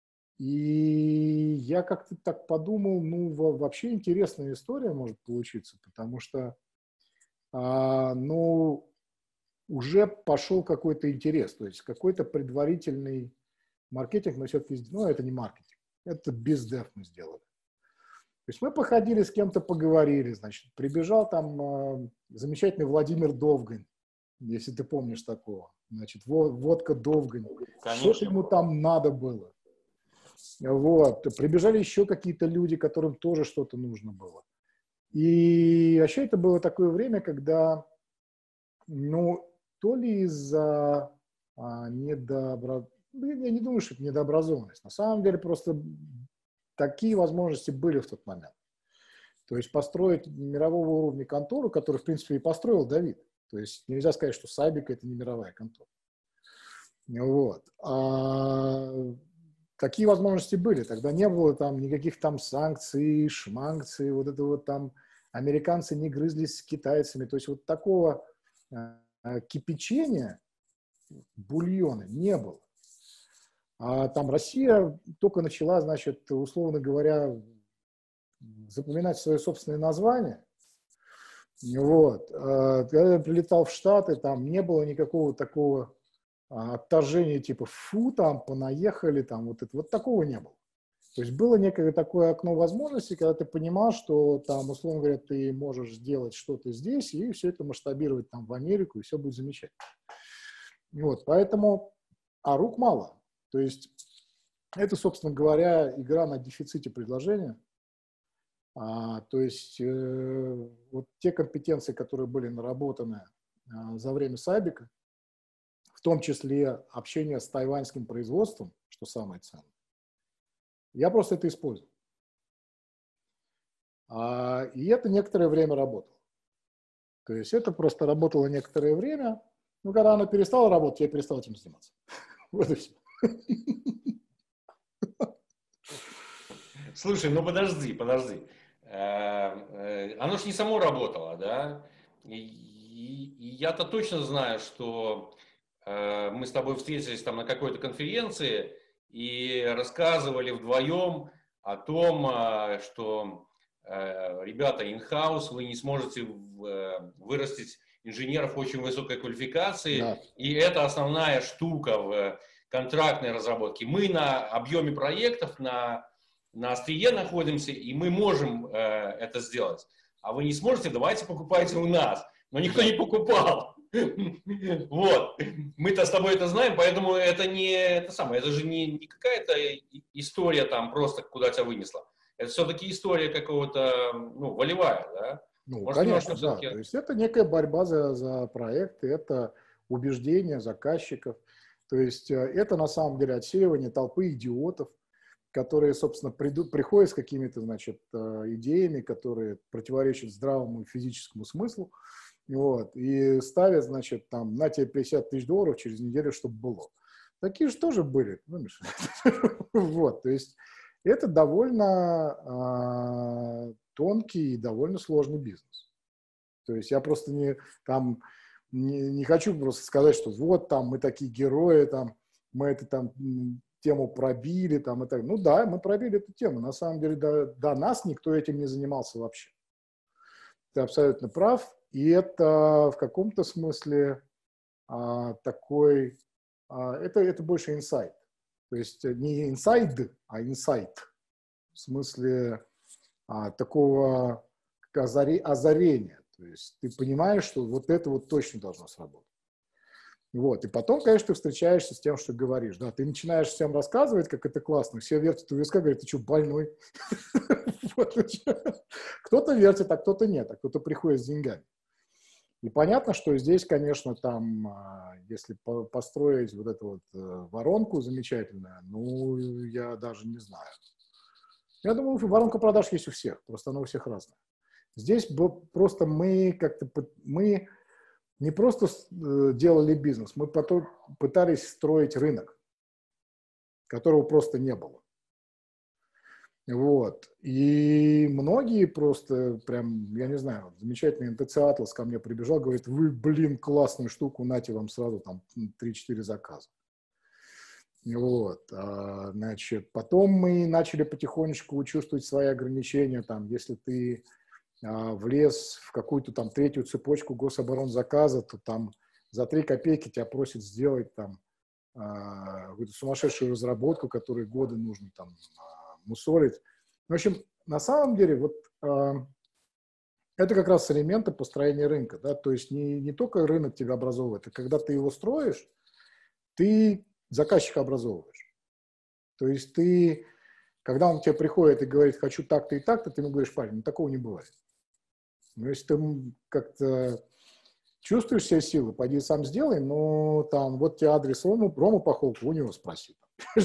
И я как-то так подумал, ну, вообще интересная история может получиться, потому что, а, ну, уже пошел какой-то интерес, то есть какой-то предварительный маркетинг, но все-таки, ну, это не маркетинг, это бездев мы сделали. То есть мы походили с кем-то, поговорили, значит, прибежал там э, замечательный Владимир Довгань, если ты помнишь такого, значит, водка Довгань, что-то ему там надо было. Вот, прибежали еще какие-то люди, которым тоже что-то нужно было. И вообще это было такое время, когда, ну, то ли из-за а, недообразованности, я не думаю, что это недообразованность, на самом деле просто такие возможности были в тот момент. То есть построить мирового уровня контору, которую, в принципе, и построил Давид. То есть нельзя сказать, что Сайбик – это не мировая контора. Вот. А такие возможности были. Тогда не было там никаких там санкций, шманкций, вот это вот там американцы не грызлись с китайцами. То есть вот такого а, кипячения, бульона не было. А там Россия только начала, значит, условно говоря, запоминать свое собственное название. Вот. Когда я прилетал в Штаты, там не было никакого такого отторжения типа «фу, там, понаехали», там, вот, это, вот такого не было. То есть было некое такое окно возможностей, когда ты понимал, что там, условно говоря, ты можешь сделать что-то здесь и все это масштабировать там в Америку, и все будет замечательно. Вот, поэтому, а рук мало. То есть это, собственно говоря, игра на дефиците предложения. А, то есть э, вот те компетенции, которые были наработаны а, за время Сайбика, в том числе общение с тайваньским производством, что самое ценное, я просто это использовал. А, и это некоторое время работало. То есть это просто работало некоторое время. Ну, когда оно перестало работать, я перестал этим заниматься. Вот и все. Слушай, ну подожди, подожди. Оно ж не само работало, да? И, и, и я-то точно знаю, что э, мы с тобой встретились там на какой-то конференции и рассказывали вдвоем о том, э, что э, ребята in-house, вы не сможете в, э, вырастить инженеров очень высокой квалификации, да. И это основная штука в контрактной разработке. Мы на объеме проектов, на на острие находимся, и мы можем э, это сделать. А вы не сможете, давайте покупайте у нас. Но никто не покупал. Вот. Мы-то с тобой это знаем, поэтому это не это самое, это же не, не какая-то история там просто, куда тебя вынесла. Это все-таки история какого-то, ну, волевая, да? Ну, может, конечно, да. То есть это некая борьба за, за проекты, это убеждение заказчиков. То есть это на самом деле отсеивание толпы идиотов, которые, собственно, придут, приходят с какими-то, значит, идеями, которые противоречат здравому физическому смыслу, вот, и ставят, значит, там, на тебе пятьдесят тысяч долларов через неделю, чтобы было. Такие же тоже были, понимаешь? Вот, то есть это довольно тонкий и довольно сложный бизнес. То есть я просто не, там, не, не хочу просто сказать, что вот там мы такие герои, там, мы это там... тему пробили, там, и так. Ну да, мы пробили эту тему. На самом деле до, до нас никто этим не занимался вообще. Ты абсолютно прав. И это в каком-то смысле а, такой... А, это, это больше инсайт. То есть не инсайд, а инсайт. В смысле а, такого озаре, озарения. То есть ты понимаешь, что вот это вот точно должно сработать. Вот. И потом, конечно, ты встречаешься с тем, что говоришь. Да, ты начинаешь всем рассказывать, как это классно. Все вертят у виска, говорят, ты что, больной? Кто-то вертит, а кто-то нет, а кто-то приходит с деньгами. И понятно, что здесь, конечно, там, если построить вот эту вот воронку замечательную, ну, я даже не знаю. Я думаю, воронка продаж есть у всех, просто она у всех разная. Здесь просто мы как-то, мы не просто делали бизнес, мы потом пытались строить рынок. которого просто не было. Вот. И многие просто прям, я не знаю, замечательный эн тэ цэ Atlas ко мне прибежал, говорит, вы, блин, классную штуку, нате вам сразу там три-четыре заказа. Вот. А, значит, потом мы начали потихонечку чувствовать свои ограничения, там, если ты а, влез в какую-то там третью цепочку гособоронзаказа, то там за три копейки тебя просят сделать там а, какую-то сумасшедшую разработку, которой годы нужно там мусолить. В общем, на самом деле, вот э, это как раз элементы построения рынка, да, то есть не, не только рынок тебя образовывает, а когда ты его строишь, ты заказчика образовываешь. То есть ты, когда он к тебе приходит и говорит, хочу так-то и так-то, ты ему говоришь, парень, ну такого не бывает. Но если ты как-то чувствуешь себе силы, пойди сам сделай, но там, вот тебе адрес Рома, Рома Пахолка, у него спроси.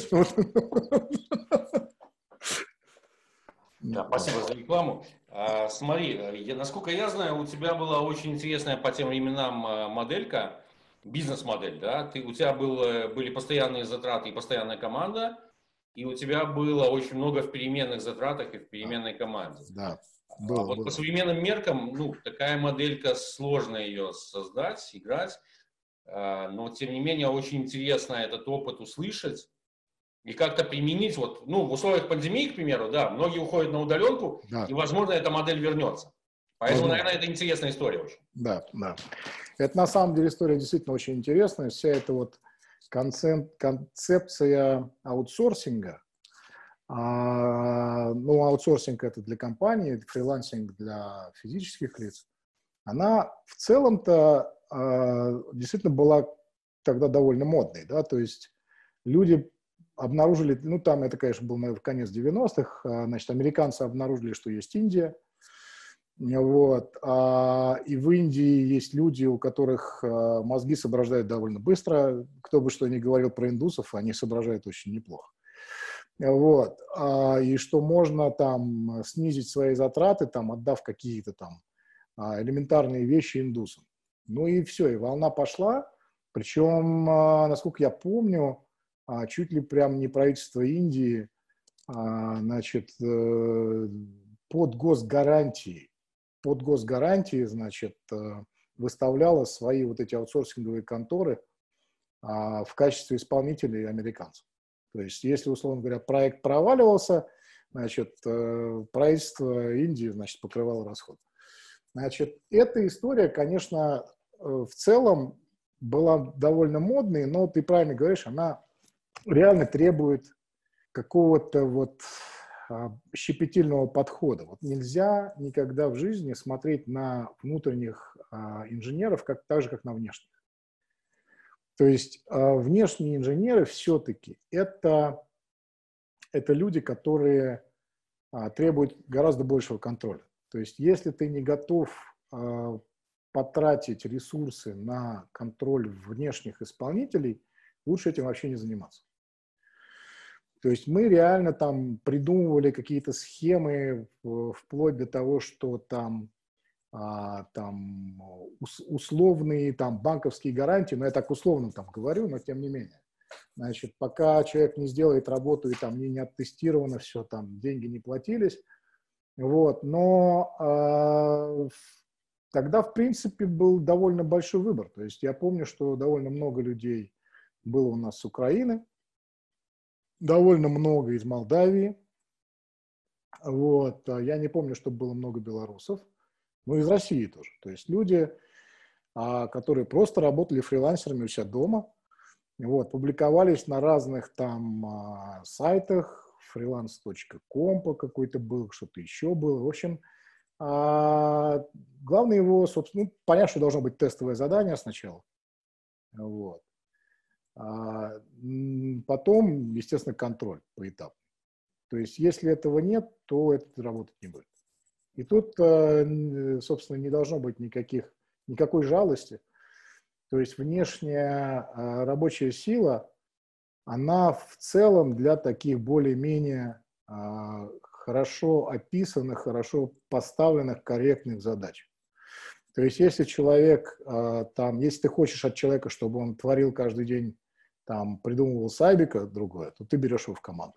Да, спасибо за рекламу. А, смотри, я, насколько я знаю, у тебя была очень интересная по тем временам моделька, бизнес-модель, да? Ты, у тебя был, были постоянные затраты и постоянная команда, и у тебя было очень много в переменных затратах и в переменной команде. Да, было, а вот было. По современным меркам, ну, такая моделька, сложно ее создать, играть, но тем не менее очень интересно этот опыт услышать. И как-то применить, вот, ну, в условиях пандемии, к примеру, да, многие уходят на удаленку, да. И, возможно, эта модель вернется. Поэтому, возможно. Наверное, это интересная история очень. Да, да. Это, на самом деле, история действительно очень интересная. Вся эта вот концеп- концепция аутсорсинга, а, ну, аутсорсинг это для компаний, фрилансинг для физических лиц, она в целом-то а, действительно была тогда довольно модной, да, то есть люди обнаружили, ну, там это, конечно, был, наверное, конец девяностых, значит, американцы обнаружили, что есть Индия, вот, и в Индии есть люди, у которых мозги соображают довольно быстро, кто бы что ни говорил про индусов, они соображают очень неплохо, вот, и что можно там снизить свои затраты, там, отдав какие-то там элементарные вещи индусам. Ну и все, и волна пошла, причем, насколько я помню, чуть ли прям не правительство Индии, значит, под госгарантией, под госгарантией, значит, выставляло свои вот эти аутсорсинговые конторы в качестве исполнителей американцев. То есть, если, условно говоря, проект проваливался, значит, правительство Индии, значит, покрывало расход. Значит, эта история, конечно, в целом была довольно модной, но ты правильно говоришь, она реально требует какого-то вот а, щепетильного подхода. Вот нельзя никогда в жизни смотреть на внутренних а, инженеров как, так же, как на внешних. То есть а, внешние инженеры все-таки это, это люди, которые а, требуют гораздо большего контроля. То есть если ты не готов а, потратить ресурсы на контроль внешних исполнителей, лучше этим вообще не заниматься. То есть мы реально там придумывали какие-то схемы вплоть до того, что там, а, там условные там, банковские гарантии, но я так условно там говорю, но тем не менее. Значит, пока человек не сделает работу и там не, не оттестировано все, там деньги не платились. Вот, но а, тогда, в принципе, был довольно большой выбор. То есть я помню, что довольно много людей было у нас с Украины, довольно много из Молдавии. Вот. Я не помню, чтобы было много белорусов. Но из России тоже. То есть люди, которые просто работали фрилансерами у себя дома, вот, публиковались на разных там сайтах, фриланс точка ком какой-то был, что-то еще было. В общем, главное его, собственно, ну, понятно, что должно быть тестовое задание сначала. Вот. А потом, естественно, контроль поэтапно. То есть, если этого нет, то это работать не будет. И тут, собственно, не должно быть никаких, никакой жалости. То есть, внешняя рабочая сила, она в целом для таких более-менее хорошо описанных, хорошо поставленных, корректных задач. То есть, если человек, там, если ты хочешь от человека, чтобы он творил каждый день там придумывал сайбика другое, то ты берешь его в команду.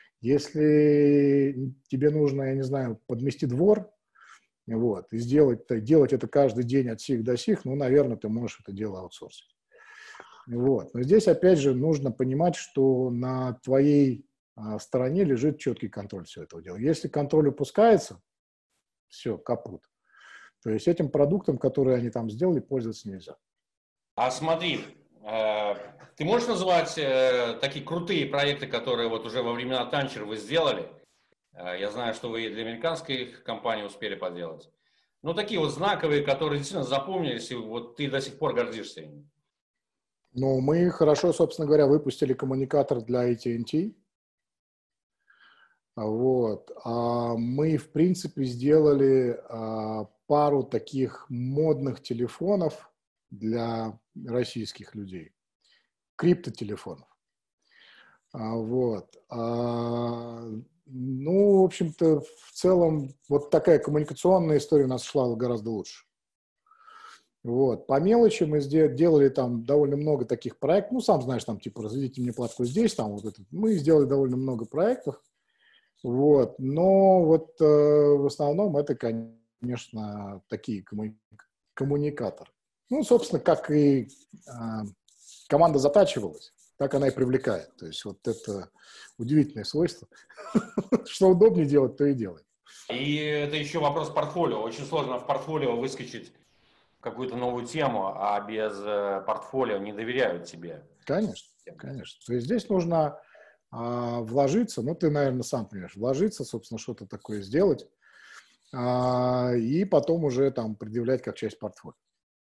Если тебе нужно, я не знаю, подмести двор, вот, и сделать, делать это каждый день от сих до сих, ну, наверное, ты можешь это дело аутсорсить. Вот. Но здесь, опять же, нужно понимать, что на твоей а, стороне лежит четкий контроль всего этого дела. Если контроль упускается, все, капут. То есть этим продуктом, который они там сделали, пользоваться нельзя. А смотри, э, ты можешь назвать э, такие крутые проекты, которые вот уже во времена Танчер вы сделали? Э, я знаю, что вы и для американской компании успели поделать. Ну, такие вот знаковые, которые действительно запомнились, и вот ты до сих пор гордишься ими. Ну, мы хорошо, собственно говоря, выпустили коммуникатор для эй ти энд ти. Вот. А мы, в принципе, сделали а, пару таких модных телефонов для российских людей. Криптотелефонов. А, вот. А, ну, в общем-то, в целом, вот такая коммуникационная история у нас шла гораздо лучше. Вот. По мелочи мы делали там довольно много таких проектов. Ну, сам знаешь, там, типа, разведите мне платку здесь, там, вот это. Мы сделали довольно много проектов. Вот. Но вот э, в основном это, конечно, такие коммуни- коммуникаторы. Ну, собственно, как и э, команда затачивалась, так она и привлекает. То есть вот это удивительное свойство. Что удобнее делать, то и делать. И это еще вопрос портфолио. Очень сложно в портфолио выскочить какую-то новую тему, а без э, портфолио не доверяют тебе. Конечно, конечно. То есть здесь нужно а, вложиться, ну, ты, наверное, сам понимаешь, вложиться, собственно, что-то такое сделать, а, и потом уже там предъявлять как часть портфолио.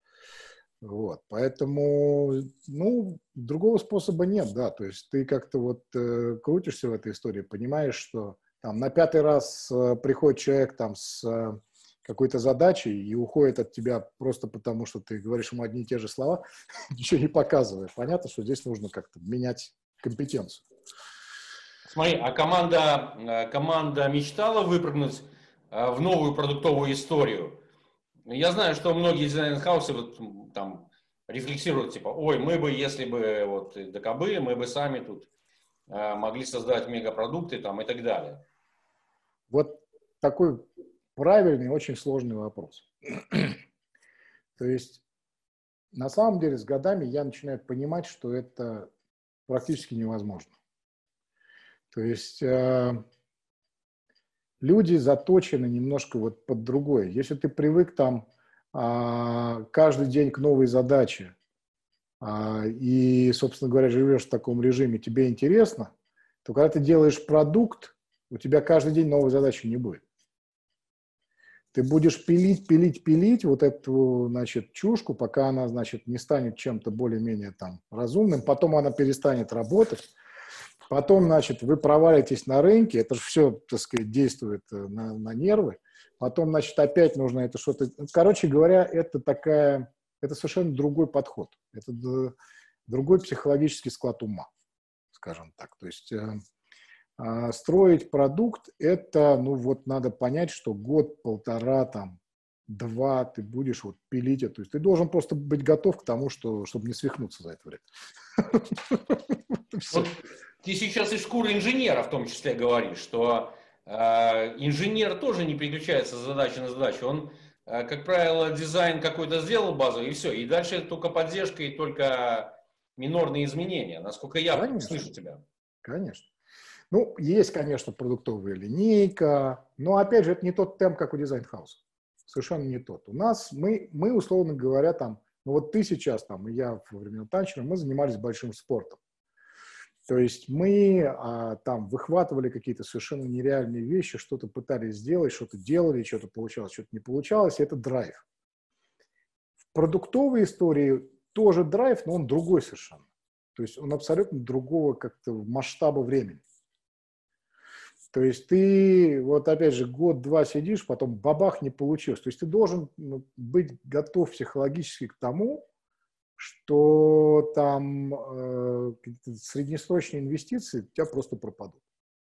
Вот, поэтому, ну, другого способа нет, да, то есть ты как-то вот э, крутишься в этой истории, понимаешь, что там на пятый раз э, приходит человек там с э, какой-то задачей и уходит от тебя просто потому, что ты говоришь ему одни и те же слова, ничего не показывая. Понятно, что здесь нужно как-то менять компетенцию. Смотри, а команда, э, команда мечтала выпрыгнуть э, в новую продуктовую историю? Я знаю, что многие дизайн-хаусы вот, там рефлексируют, типа, ой, мы бы, если бы вот ДКБ, мы бы сами тут э, могли создать мегапродукты там и так далее. Вот такой правильный, очень сложный вопрос. То есть, на самом деле, с годами я начинаю понимать, что это практически невозможно. То есть, э, люди заточены немножко вот под другое. Если ты привык там э, каждый день к новой задаче, э, и, собственно говоря, живешь в таком режиме, тебе интересно, то когда ты делаешь продукт, у тебя каждый день новой задачи не будет. Ты будешь пилить, пилить, пилить вот эту, значит, чушку, пока она, значит, не станет чем-то более-менее там разумным, потом она перестанет работать, потом, значит, вы провалитесь на рынке, это же все, так сказать, действует на, на нервы, потом, значит, опять нужно это что-то... Короче говоря, это такая, это совершенно другой подход, это другой психологический склад ума, скажем так, то есть... А строить продукт, это, ну вот надо понять, что год, полтора, там, два ты будешь вот пилить это. То есть ты должен просто быть готов к тому, что, чтобы не свихнуться за это время. Вот ты сейчас из шкуры инженера в том числе говоришь, что э, инженер тоже не переключается с задачи на задачу. Он, э, как правило, дизайн какой-то сделал базовый, и все. И дальше только поддержка и только минорные изменения, насколько я Конечно, слышу тебя. Конечно. Ну, есть, конечно, продуктовая линейка, но, опять же, это не тот темп, как у дизайн-хауса. Совершенно не тот. У нас, мы, мы, условно говоря, там, ну вот ты сейчас, там, и я во времена Танчера, мы занимались большим спортом. То есть мы а, там выхватывали какие-то совершенно нереальные вещи, что-то пытались сделать, что-то делали, что-то получалось, что-то не получалось, и это драйв. В продуктовой истории тоже драйв, но он другой совершенно. То есть он абсолютно другого как-то масштаба времени. То есть ты, вот опять же, год-два сидишь, потом бабах, не получилось. То есть ты должен быть готов психологически к тому, что там э, среднесрочные инвестиции у тебя просто пропадут.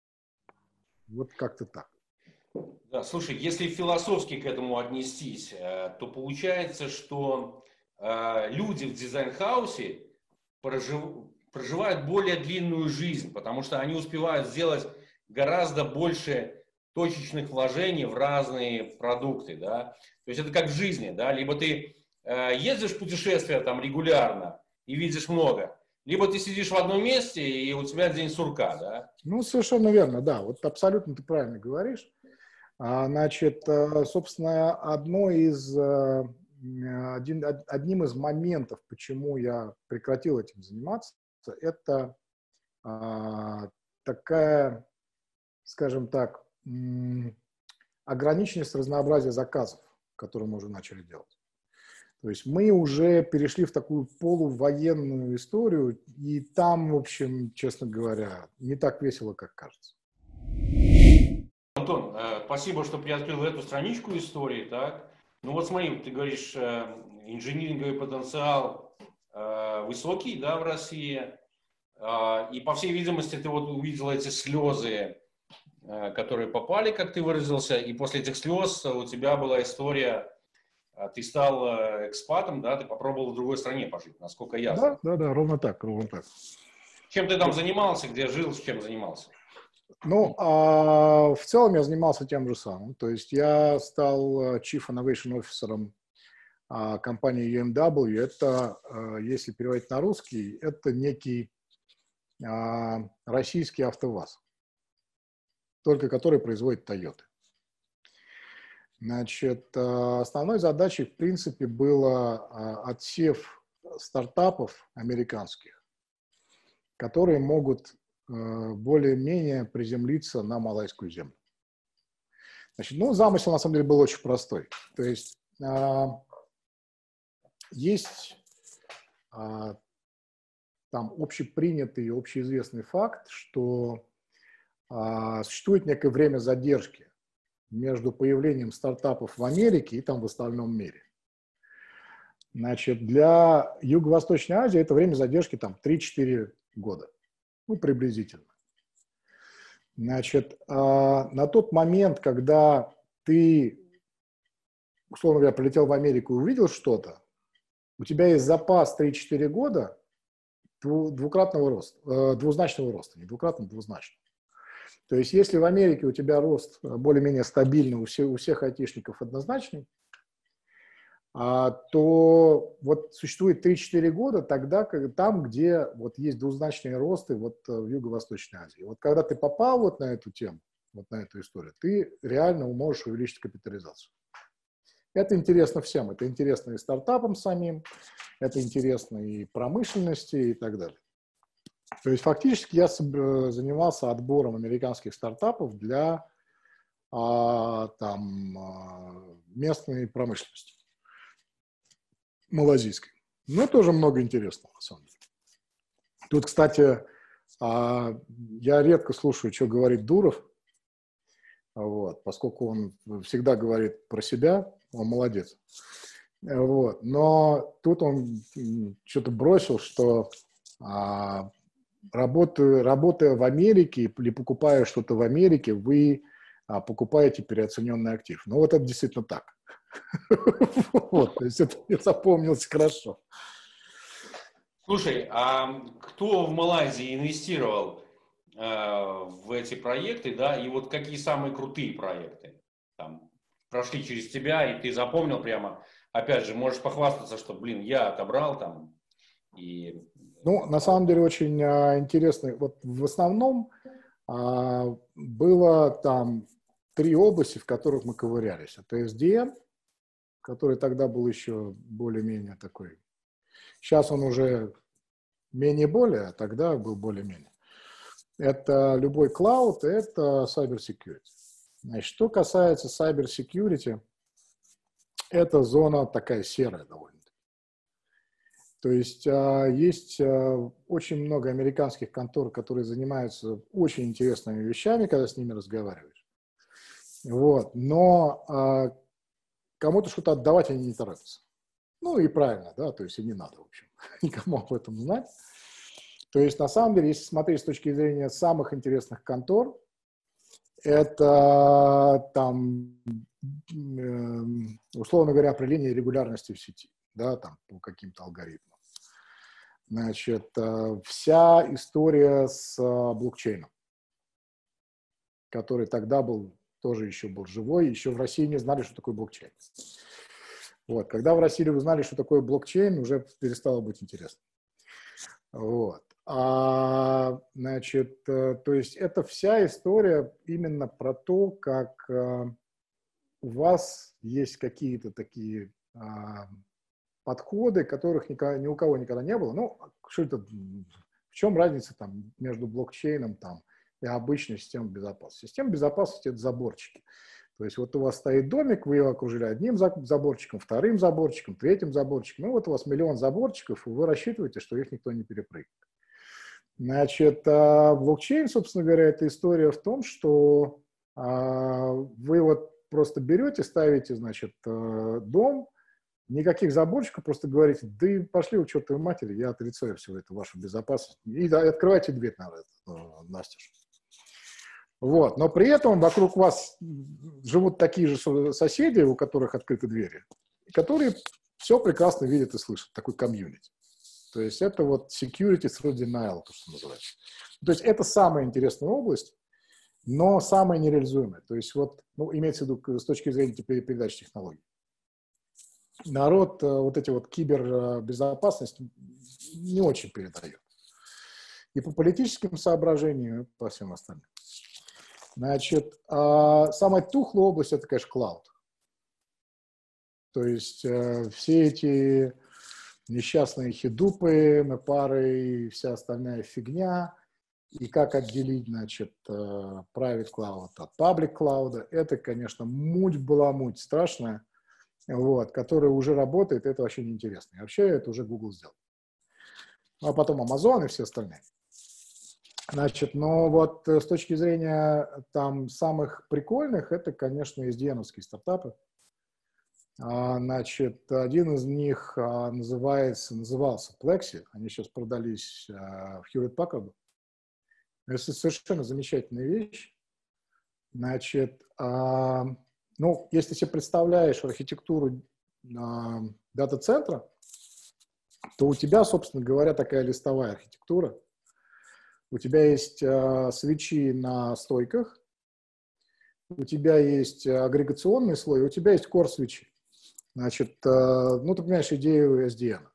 Вот как-то так. Да, слушай, если философски к этому отнестись, э, то получается, что э, люди в дизайн-хаусе прожив... проживают более длинную жизнь, потому что они успевают сделать гораздо больше точечных вложений в разные продукты, да. То есть это как в жизни, да, либо ты э, ездишь в путешествия там регулярно и видишь много, либо ты сидишь в одном месте и у тебя день сурка, да. Ну, совершенно верно, да, вот абсолютно ты правильно говоришь. А, значит, э, собственно, одно из, э, один, од- одним из моментов, почему я прекратил этим заниматься, это а, такая, скажем так, м, ограниченность разнообразия заказов, которые мы уже начали делать. То есть мы уже перешли в такую полувоенную историю, и там, в общем, честно говоря, не так весело, как кажется. Антон, э, спасибо, что приоткрыл эту страничку истории, так. Ну вот смотри, ты говоришь, э, инжиниринговый потенциал э, высокий, да, в России, э, и по всей видимости ты вот увидел эти слезы, э, которые попали, как ты выразился, и после этих слез у тебя была история, э, ты стал э, экспатом, да, ты попробовал в другой стране пожить, насколько я Да, знаю. да, да, ровно так, ровно так. Чем ты там занимался, где жил, с чем занимался? Ну, а в целом я занимался тем же самым. То есть я стал Chief Innovation Officer а, компании ю эм дабл ю. Это, а, если переводить на русский, это некий а, российский АвтоВАЗ, только который производит Toyota. Значит, а, основной задачей, в принципе, было а, отсев стартапов американских, которые могут более-менее приземлиться на малайскую землю. Значит, ну, замысел, на самом деле, был очень простой. То есть а, есть а, там общепринятый, общеизвестный факт, что а, существует некое время задержки между появлением стартапов в Америке и там в остальном мире. Значит, для Юго-Восточной Азии это время задержки там три-четыре года, ну, приблизительно. Значит, а, на тот момент, когда ты, условно говоря, прилетел в Америку и увидел что-то, у тебя есть запас три-четыре года двукратного роста, двузначного роста, не двукратного, двузначного. То есть если в Америке у тебя рост более-менее стабильный, у всех, у всех айтишников однозначный, то вот существует три-четыре года тогда, там, где вот есть двузначные росты вот в Юго-Восточной Азии. Вот когда ты попал вот на эту тему, вот на эту историю, ты реально можешь увеличить капитализацию. Это интересно всем. Это интересно и стартапам самим, это интересно и промышленности и так далее. То есть фактически я занимался отбором американских стартапов для а, там, местной промышленности, малазийской. Но тоже много интересного, на самом деле. Тут, кстати, а, я редко слушаю, что говорит Дуров, вот, поскольку он всегда говорит про себя, он молодец. Вот. Но тут он что-то бросил, что а, работая, работая в Америке или покупая что-то в Америке, вы а, покупаете переоцененный актив. Ну вот это действительно так. Вот, то есть это мне запомнилось хорошо. Слушай, а кто в Малайзии инвестировал э, в эти проекты, да, и вот какие самые крутые проекты там прошли через тебя, и ты запомнил прямо, опять же, можешь похвастаться, что, блин, я отобрал там и... Ну, на самом деле очень а, интересно. Вот в основном а, было там три области, в которых мы ковырялись. Это эс ди эм, который тогда был еще более-менее такой. Сейчас он уже менее-более, а тогда был более-менее. Это любой клауд, это cyber security. Значит, что касается cyber security, это зона такая серая довольно. То есть а, есть а, очень много американских контор, которые занимаются очень интересными вещами, когда с ними разговариваешь. Вот. Но а, кому-то что-то отдавать они не торопятся. Ну и правильно, да, то есть и не надо, в общем, никому об этом знать. То есть на самом деле, если смотреть с точки зрения самых интересных контор, это там, условно говоря, определение регулярности в сети, да, там по каким-то алгоритмам. Значит, вся история с блокчейном, который тогда был, тоже еще был живой, еще в России не знали, что такое блокчейн. Вот. Когда в России узнали, что такое блокчейн, уже перестало быть интересно. Вот. А, значит, то есть это вся история именно про то, как у вас есть какие-то такие подходы, которых никогда, ни у кого никогда не было. Ну, что это, в чем разница там между блокчейном там, и обычной системой безопасности? Система безопасности – это заборчики. То есть вот у вас стоит домик, вы его окружили одним заборчиком, вторым заборчиком, третьим заборчиком. Ну вот у вас миллион заборчиков, и вы рассчитываете, что их никто не перепрыгнет. Значит, блокчейн, собственно говоря, это история в том, что вы вот просто берете, ставите, значит, дом, никаких заборчиков, просто говорите, да и пошли вы к чертовой матери, я отрицаю всю эту вашу безопасность. И, да, и открывайте дверь на это, настежь. Вот. Но при этом вокруг вас живут такие же соседи, у которых открыты двери, которые все прекрасно видят и слышат, такой комьюнити. То есть это вот security through denial, то, что называется. То есть это самая интересная область, но самая нереализуемая. То есть вот, ну, имеется в виду с точки зрения передачи технологий. Народ вот эти вот кибербезопасность не очень передает. И по политическим соображениям, и по всем остальным. Значит, самая тухлая область – это, конечно, клауд. То есть все эти несчастные хедупы, мэпары и вся остальная фигня, и как отделить, значит, private cloud от public cloud, это, конечно, муть-баламуть страшная. Вот, который уже работает, это вообще неинтересно. И вообще это уже Google сделал. А потом Amazon и все остальные. Значит, но вот с точки зрения там самых прикольных, это, конечно, эс ди эн-овские стартапы. А, значит, один из них а, называется, назывался Plexi. Они сейчас продались а, в Hewlett Packard. Это совершенно замечательная вещь. Значит, а, ну, если себе представляешь архитектуру э, дата-центра, то у тебя, собственно говоря, такая листовая архитектура. У тебя есть э, свечи на стойках, у тебя есть агрегационный слой, у тебя есть core-свечи. Значит, э, ну, ты понимаешь идею эс ди эн.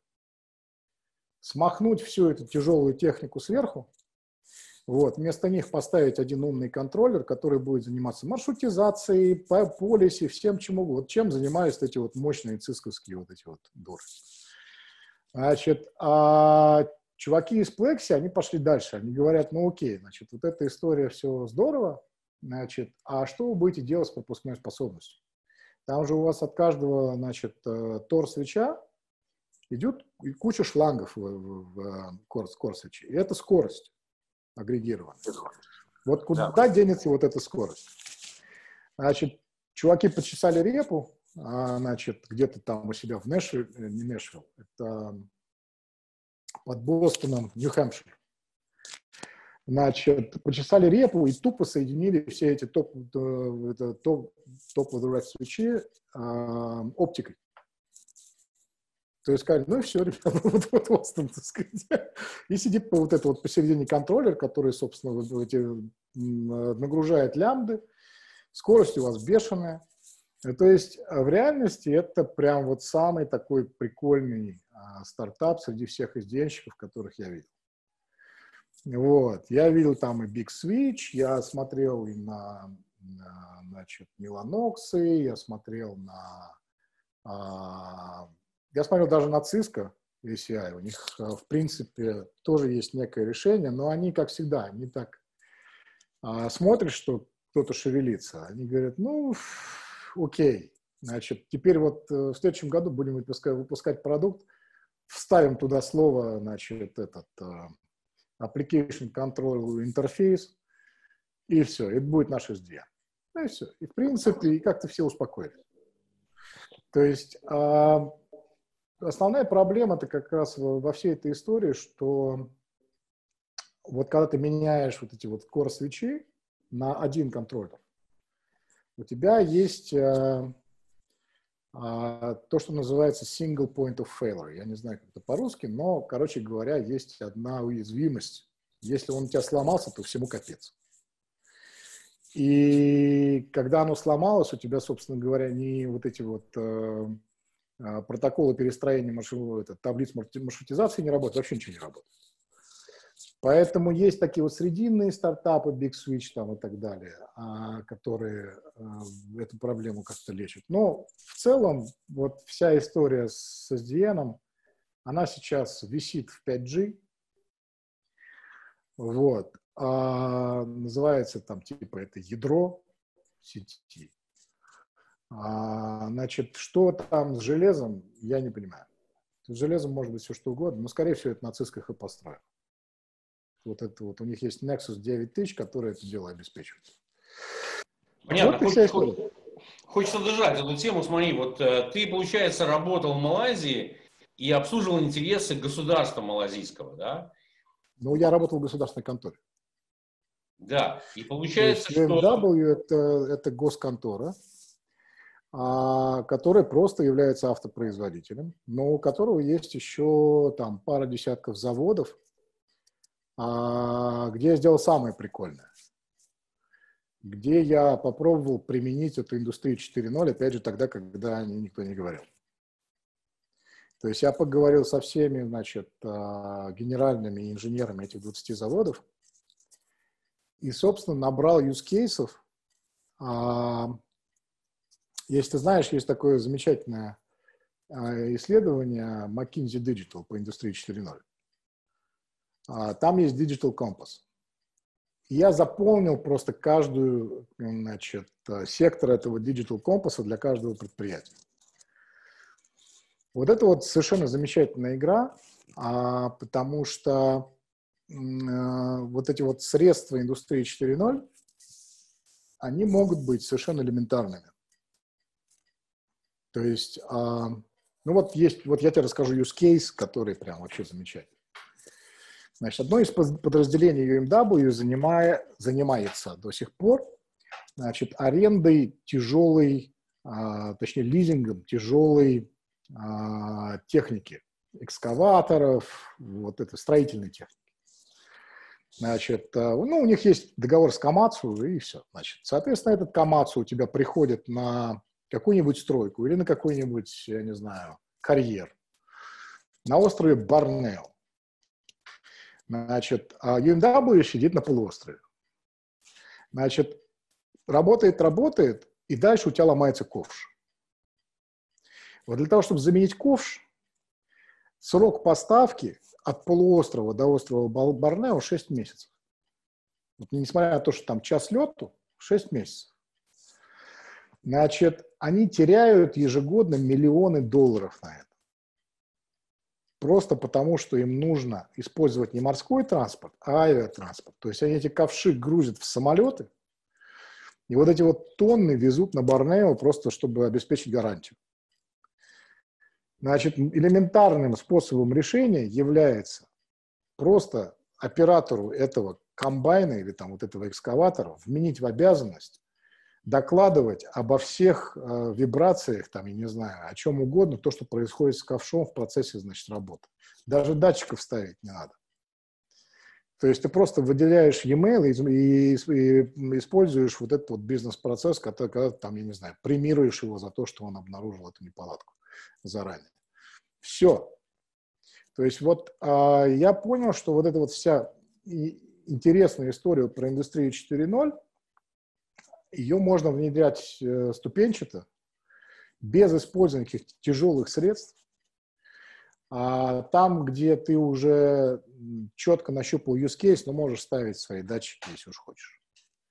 Смахнуть всю эту тяжелую технику сверху, вот, вместо них поставить один умный контроллер, который будет заниматься маршрутизацией, полиси, всем чему угодно. Вот чем занимаются эти вот мощные цисковские вот эти вот дуры. Значит, а чуваки из Plexi, они пошли дальше. Они говорят, ну окей, значит, вот эта история все здорово, значит, а что вы будете делать с пропускной способностью? Там же у вас от каждого, значит, тор-свеча идет куча шлангов в, в, в core-свечи. И это скорость агрегировано. Вот куда да. денется вот эта скорость? Значит, чуваки почесали репу, а, значит, где-то там у себя в Нэшвилле, не Нэшвилл, это под Бостоном, Нью-Хэмпшир. Значит, почесали репу и тупо соединили все эти топ, топ, топ of the red свечи а, оптикой. То есть сказали, ну и все, ребята, вот, вот, вот, так сказать. И сидит вот это вот посередине контроллер, который, собственно, вот эти, нагружает лямбды, скорость у вас бешеная. То есть в реальности это прям вот самый такой прикольный а, стартап среди всех эс ди эн-щиков, которых я видел. Вот. Я видел там и Big Switch, я смотрел и на, на значит, Mellanox, я смотрел на... А, Я смотрел даже на Cisco эй си ай, у них, в принципе, тоже есть некое решение, но они, как всегда, они так а, смотрят, что кто-то шевелится. Они говорят, ну, окей, значит, теперь вот в следующем году будем выпускать, выпускать продукт, вставим туда слово, значит, этот application control интерфейс, и все, это будет наш эс ди эн. Ну и все. И, в принципе, и как-то все успокоились. То есть... А, основная проблема-то как раз во всей этой истории, что вот когда ты меняешь вот эти вот core-свечи на один контроллер, у тебя есть а, то, что называется single point of failure. Я не знаю, как это по-русски, но, короче говоря, есть одна уязвимость. Если он у тебя сломался, то всему капец. И когда оно сломалось, у тебя, собственно говоря, не вот эти вот э, э, протоколы перестроения маршру, это, таблиц маршрутизации не работают, вообще ничего не работает. Поэтому есть такие вот срединные стартапы, Big Switch там и так далее, а, которые а, эту проблему как-то лечат. Но в целом вот вся история с эс ди эн, она сейчас висит в пять джи. Вот. А, называется там типа это ядро сети. А, значит, что там с железом, я не понимаю. С железом может быть все что угодно, но скорее всего это на цисках и построено. Вот это вот, у них есть Nexus девять тысяч, который это дело обеспечивает. Понятно. Вот Хочется, хочется, хочется дожать эту тему. Смотри, вот э, ты, получается, работал в Малайзии и обслуживал интересы государства малазийского, да? Ну, я работал в государственной конторе. Да, и получается, То есть ю эм дабл ю что... это, это госконтора, а, которая просто является автопроизводителем, но у которого есть еще там пара десятков заводов, а, где я сделал самое прикольное. Где я попробовал применить эту индустрию четыре ноль, опять же, тогда, когда о ней никто не говорил. То есть я поговорил со всеми, значит, генеральными инженерами этих двадцати заводов и, собственно, набрал юзкейсов. Если ты знаешь, есть такое замечательное исследование McKinsey Digital по индустрии четыре ноль. Там есть Digital Compass. Я заполнил просто каждую, значит, сектор этого Digital Compass для каждого предприятия. Вот это вот совершенно замечательная игра, а, потому что а, вот эти вот средства индустрии четыре ноль, они могут быть совершенно элементарными. То есть, а, ну вот есть, вот я тебе расскажу use case, который прям вообще замечательный. Значит, одно из подразделений ю эм дабл ю занимая, занимается до сих пор, значит, арендой тяжелой, а, точнее, лизингом тяжелой а, техники, экскаваторов, вот этой строительной техники. Значит, а, ну, у них есть договор с Камацу, и все. Значит, соответственно, этот Камацу у тебя приходит на какую-нибудь стройку или на какой-нибудь, я не знаю, карьер на острове Борнео. Значит, ю эм дабл ю сидит на полуострове. Значит, работает, работает, и дальше у тебя ломается ковш. Вот для того, чтобы заменить ковш, срок поставки от полуострова до острова Борнео шесть месяцев. Вот, несмотря на то, что там час лету, шесть месяцев. Значит, они теряют ежегодно миллионы долларов на это. Просто потому, что им нужно использовать не морской транспорт, а авиатранспорт. То есть они эти ковши грузят в самолеты, и вот эти вот тонны везут на Борнео просто, чтобы обеспечить гарантию. Значит, элементарным способом решения является просто оператору этого комбайна или там вот этого экскаватора вменить в обязанность докладывать обо всех э, вибрациях, там, я не знаю, о чем угодно, то, что происходит с ковшом в процессе, значит, работы. Даже датчиков ставить не надо. То есть ты просто выделяешь e-mail и, и, и используешь вот этот вот бизнес-процесс, который, когда, там, я не знаю, премируешь его за то, что он обнаружил эту неполадку заранее. Все. То есть вот а, я понял, что вот эта вот вся интересная история про индустрию четыре ноль, ее можно внедрять э, ступенчато, без использования каких-то тяжелых средств. А там, где ты уже четко нащупал use case, ну, можешь ставить свои датчики, если уж хочешь.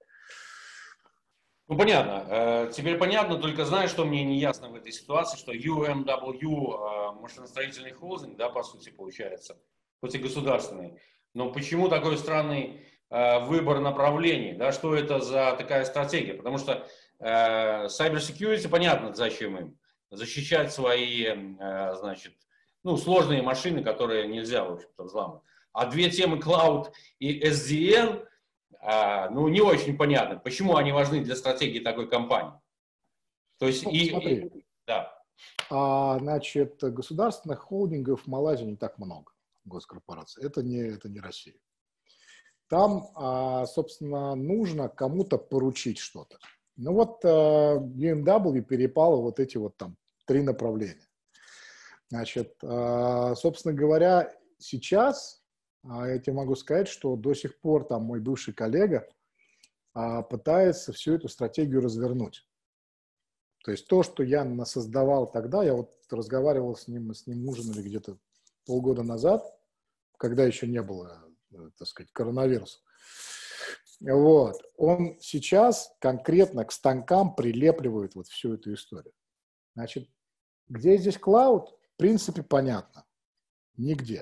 Ну, понятно. Теперь понятно, только знаешь, что мне не ясно в этой ситуации, что ю эм дабл ю, машиностроительный холдинг, да, по сути, получается, хоть и государственный, но почему такой странный выбор направлений, да, что это за такая стратегия? Потому что э, cyber security, понятно, зачем им. Защищать свои, э, значит, ну, сложные машины, которые нельзя, в общем-то, взламывать. А две темы Cloud и эс ди эн, э, ну, не очень понятно, почему они важны для стратегии такой компании. То есть, Ну, и, смотри, и, да. А, значит, государственных холдингов в Малайзии не так много, госкорпораций. Это не, это не Россия. Там, а, собственно, нужно кому-то поручить что-то. Ну вот ю эм дабл ю перепало вот эти вот там три направления. Значит, а, собственно говоря, сейчас а, я тебе могу сказать, что до сих пор там мой бывший коллега а, пытается всю эту стратегию развернуть. То есть то, что я насоздавал тогда, я вот разговаривал с ним, с ним ужинали где-то полгода назад, когда еще не было, так сказать, коронавируса. Вот. Он сейчас конкретно к станкам прилепливает вот всю эту историю. Значит, где здесь клауд? В принципе, понятно. Нигде.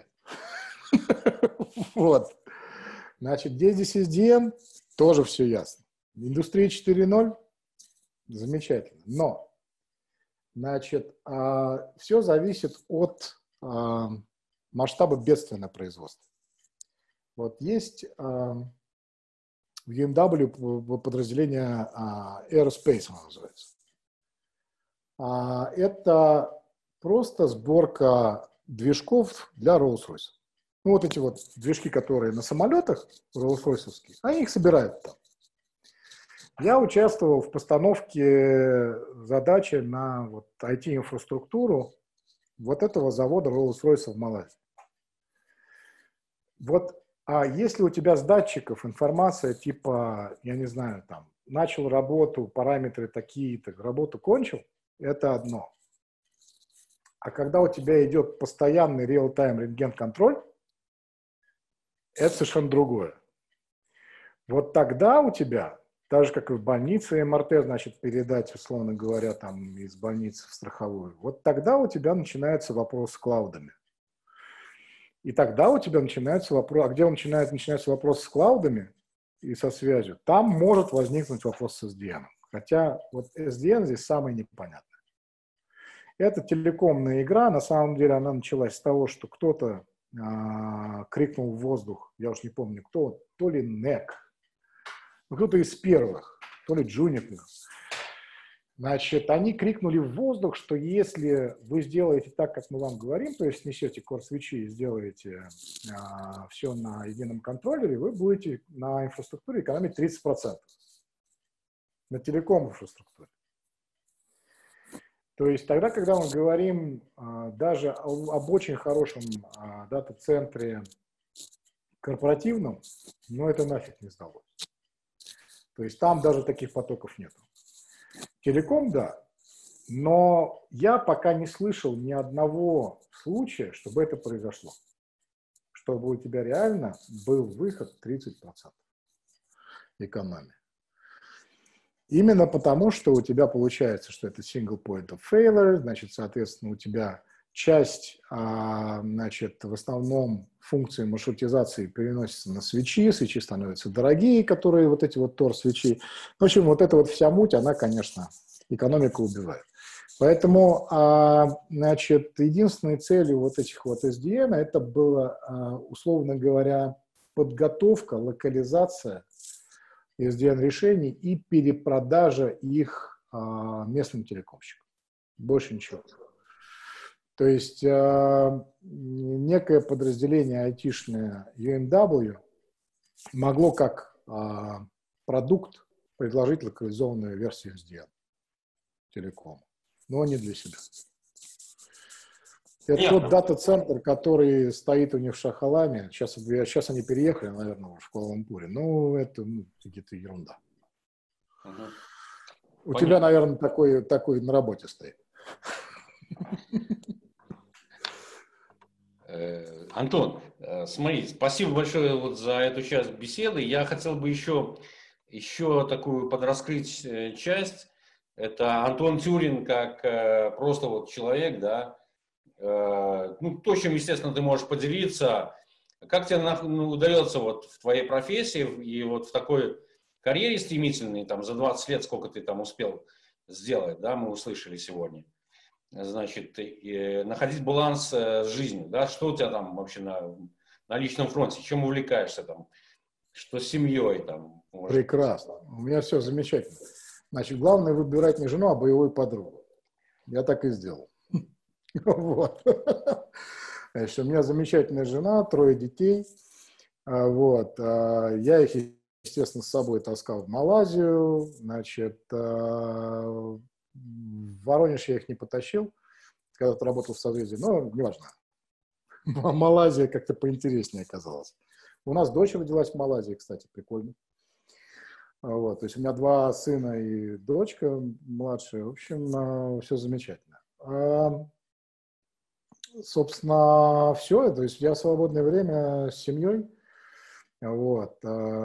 Вот. Значит, где здесь эс ди эн? Тоже все ясно. Индустрия четыре ноль? Замечательно. Но, значит, все зависит от масштаба бедствия на производстве. Вот есть в ю эм дабл ю подразделение Aerospace, оно называется. Это просто сборка движков для Rolls-Royce. Ну, вот эти вот движки, которые на самолетах, Rolls-Royce'овские, они их собирают там. Я участвовал в постановке задачи на вот ай ти-инфраструктуру вот этого завода Rolls-Royce в Малайзии. Вот, а если у тебя с датчиков информация типа, я не знаю, там, начал работу, параметры такие-то, работу кончил, это одно. А когда у тебя идет постоянный реал-тайм рентген-контроль, это совершенно другое. Вот тогда у тебя, так же, как и в больнице эм эр тэ, значит, передать, условно говоря, там, из больницы в страховую, вот тогда у тебя начинается вопрос с клаудами. И тогда у тебя начинается вопрос, а где он начинает, начинается вопрос с клаудами и со связью, там может возникнуть вопрос с эс ди эн. Хотя вот эс ди эн здесь самый непонятный. Это телекомная игра, на самом деле она началась с того, что кто-то а, крикнул в воздух, я уж не помню кто, то ли нэк, кто-то из первых, то ли Juniper. Значит, они крикнули в воздух, что если вы сделаете так, как мы вам говорим, то есть снесете кор-свитчи и сделаете а, все на едином контроллере, вы будете на инфраструктуре экономить тридцать процентов. На телеком-инфраструктуре. То есть тогда, когда мы говорим а, даже об, об очень хорошем а, дата-центре корпоративном, но это нафиг не сдалось. То есть там даже таких потоков нету. Телеком, да, но я пока не слышал ни одного случая, чтобы это произошло. Чтобы у тебя реально был выход тридцать процентов экономии. Именно потому, что у тебя получается, что это single point of failure, значит, соответственно, у тебя часть, а, значит, в основном функции маршрутизации переносится на свечи, свечи становятся дорогие, которые вот эти вот тор-свечи. В общем, вот эта вот вся муть, она, конечно, экономику убивает. Поэтому, а, значит, единственной целью вот этих вот эс ди эн это было, а, условно говоря, подготовка, локализация эс ди эн-решений и перепродажа их а, местным телекомщикам. Больше ничего. То есть а, некое подразделение айтишное ю эм дабл ю могло как а, продукт предложить локализованную версию эс ди эн телекома, но не для себя. Это Нет. Тот дата-центр, который стоит у них в Шах-Аламе. Сейчас, сейчас они переехали, наверное, в Куала-Лумпуре. Ну, это ну, где-то ерунда. Угу. У Понятно. Тебя, наверное, такой, такой на работе стоит. Антон, смотри, спасибо большое вот за эту часть беседы. Я хотел бы еще, еще такую подраскрыть часть. Это Антон Тюрин как просто вот человек, да, ну, то, чем, естественно, ты можешь поделиться. Как тебе ну, удается вот в твоей профессии и вот в такой карьере стремительной, там, за двадцать лет, сколько ты там успел сделать, да, мы услышали сегодня, значит, и находить баланс с жизнью, да, что у тебя там вообще на, на личном фронте, чем увлекаешься там, что с семьей там? Может... Прекрасно, у меня все замечательно. Значит, главное выбирать не жену, а боевую подругу. Я так и сделал. Вот. Значит, у меня замечательная жена, трое детей. Вот. Я их, естественно, с собой таскал в Малайзию. Значит, в Воронеж я их не потащил, когда работал в созвездии, но неважно. Малайзия как-то поинтереснее оказалась. У нас дочь родилась в Малайзии, кстати, прикольно. Вот, то есть у меня два сына и дочка младшая. В общем, все замечательно. Собственно, все. То есть я в свободное время с семьей. Вот.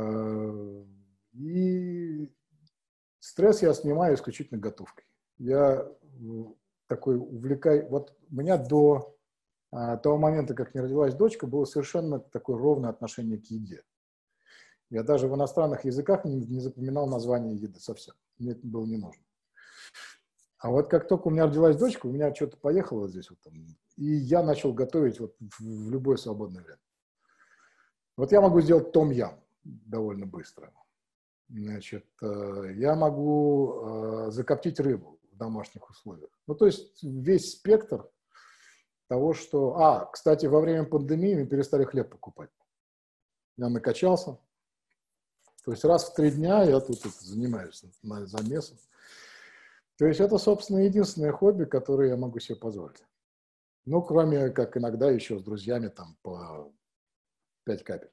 И стресс я снимаю исключительно готовкой. Я такой увлекаюсь. Вот у меня до того момента, как не родилась дочка, было совершенно такое ровное отношение к еде. Я даже в иностранных языках не, не запоминал название еды совсем. Мне это было не нужно. А вот как только у меня родилась дочка, у меня что-то поехало вот здесь вот там, и я начал готовить вот в, в любое свободное время. Вот я могу сделать том-ям довольно быстро. Значит, я могу закоптить рыбу в домашних условиях. Ну, то есть весь спектр того, что... А, кстати, во время пандемии мы перестали хлеб покупать. Я накачался. То есть раз в три дня я тут это, занимаюсь замесом. То есть это, собственно, единственное хобби, которое я могу себе позволить. Ну, кроме как иногда еще с друзьями там по пять капель.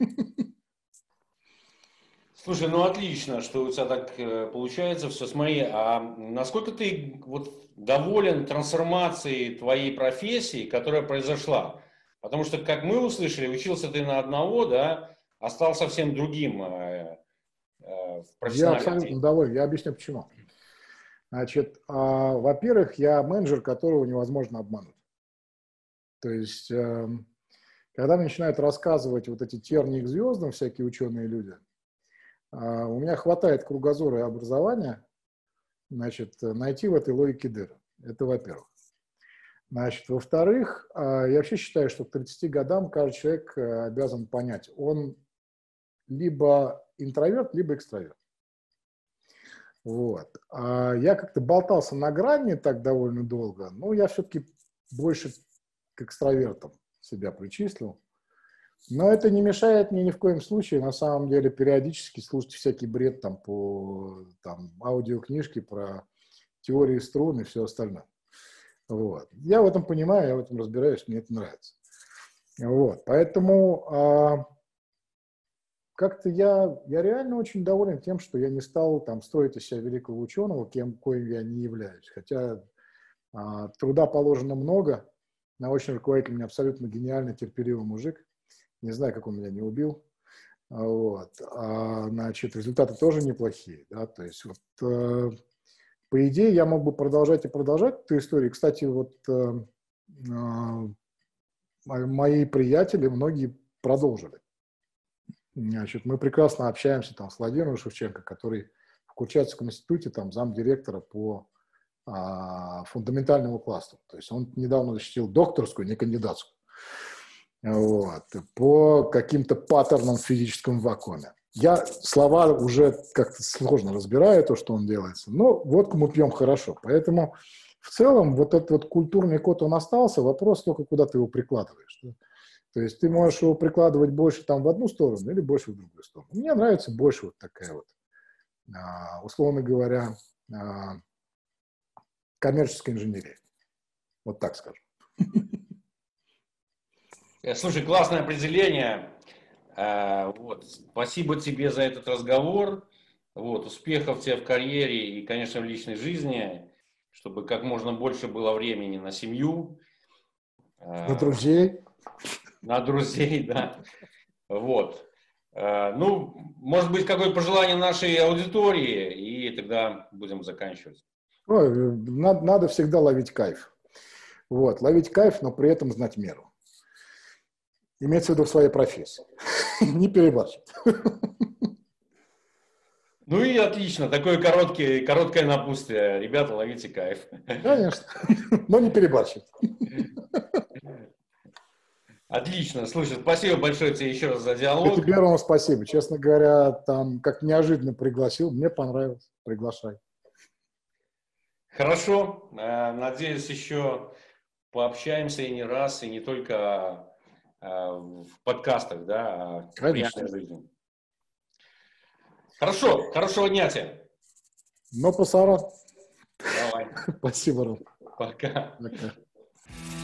Слушай, ну отлично, что у тебя так э, получается все. Смотри, а насколько ты вот доволен трансформацией твоей профессии, которая произошла? Потому что, как мы услышали, учился ты на одного, да, а стал совсем другим э, э, в Я профессиональной абсолютно деятельности. доволен. Я объясню, почему. Значит, а, во-первых, я менеджер, которого невозможно обмануть. То есть, э, когда начинают рассказывать вот эти тернии к звездам, всякие ученые люди, э, у меня хватает кругозора и образования, значит, найти в этой логике дыры. Это во-первых. Значит, во-вторых, э, я вообще считаю, что к тридцати годам каждый человек э, обязан понять, он либо интроверт, либо экстраверт. Вот. А я как-то болтался на грани так довольно долго, но я все-таки больше к экстравертам себя причислил. Но это не мешает мне ни в коем случае, на самом деле, периодически слушать всякий бред там по там, аудиокнижке про теории струн и все остальное. Вот. Я в этом понимаю, я в этом разбираюсь, мне это нравится. Вот. Поэтому а, как-то я, я реально очень доволен тем, что я не стал там строить из себя великого ученого, кем, коим я не являюсь. Хотя а, труда положено много. Научный руководитель у меня абсолютно гениальный, терпеливый мужик. Не знаю, как он меня не убил. Вот. А, значит, результаты тоже неплохие. Да? То есть, вот, э, по идее, я мог бы продолжать и продолжать эту историю. Кстати, вот э, э, мои приятели, многие продолжили. Значит, мы прекрасно общаемся там с Владимиром Шевченко, который в Курчатовском институте там замдиректора по а, фундаментальному классу. То есть он недавно защитил докторскую, не кандидатскую. Вот, по каким-то паттернам в физическом вакууме. Я слова уже как-то сложно разбираю, то, что он делает. Но водку мы пьем хорошо. Поэтому в целом вот этот вот культурный код, он остался. Вопрос только, куда ты его прикладываешь. Да? То есть ты можешь его прикладывать больше там в одну сторону или больше в другую сторону. Мне нравится больше вот такая вот, условно говоря, коммерческая инженерия. Вот так скажем. Слушай, классное определение. Вот. Спасибо тебе за этот разговор. Вот. Успехов тебе в карьере и, конечно, в личной жизни, чтобы как можно больше было времени на семью. На друзей. На друзей, да. Вот. Ну, может быть, какое пожелание нашей аудитории, и тогда будем заканчивать. Ой, надо, надо всегда ловить кайф. Вот. Ловить кайф, но при этом знать меру. Имеется в виду в своей профессии. Не перебарщить. Ну и отлично. Такое короткое, короткое напутствие. Ребята, ловите кайф. Конечно. Но не перебарщить. Отлично. Слушай, спасибо большое тебе еще раз за диалог. И тебе, Рома, спасибо. Честно говоря, там как неожиданно пригласил. Мне понравилось. Приглашай. Хорошо. Надеюсь, еще пообщаемся и не раз, и не только в подкастах, да, а в реальной жизни. Хорошо. Хорошего дня тебе. Ну, Пасара. Давай. Спасибо, Ром. Пока. Пока.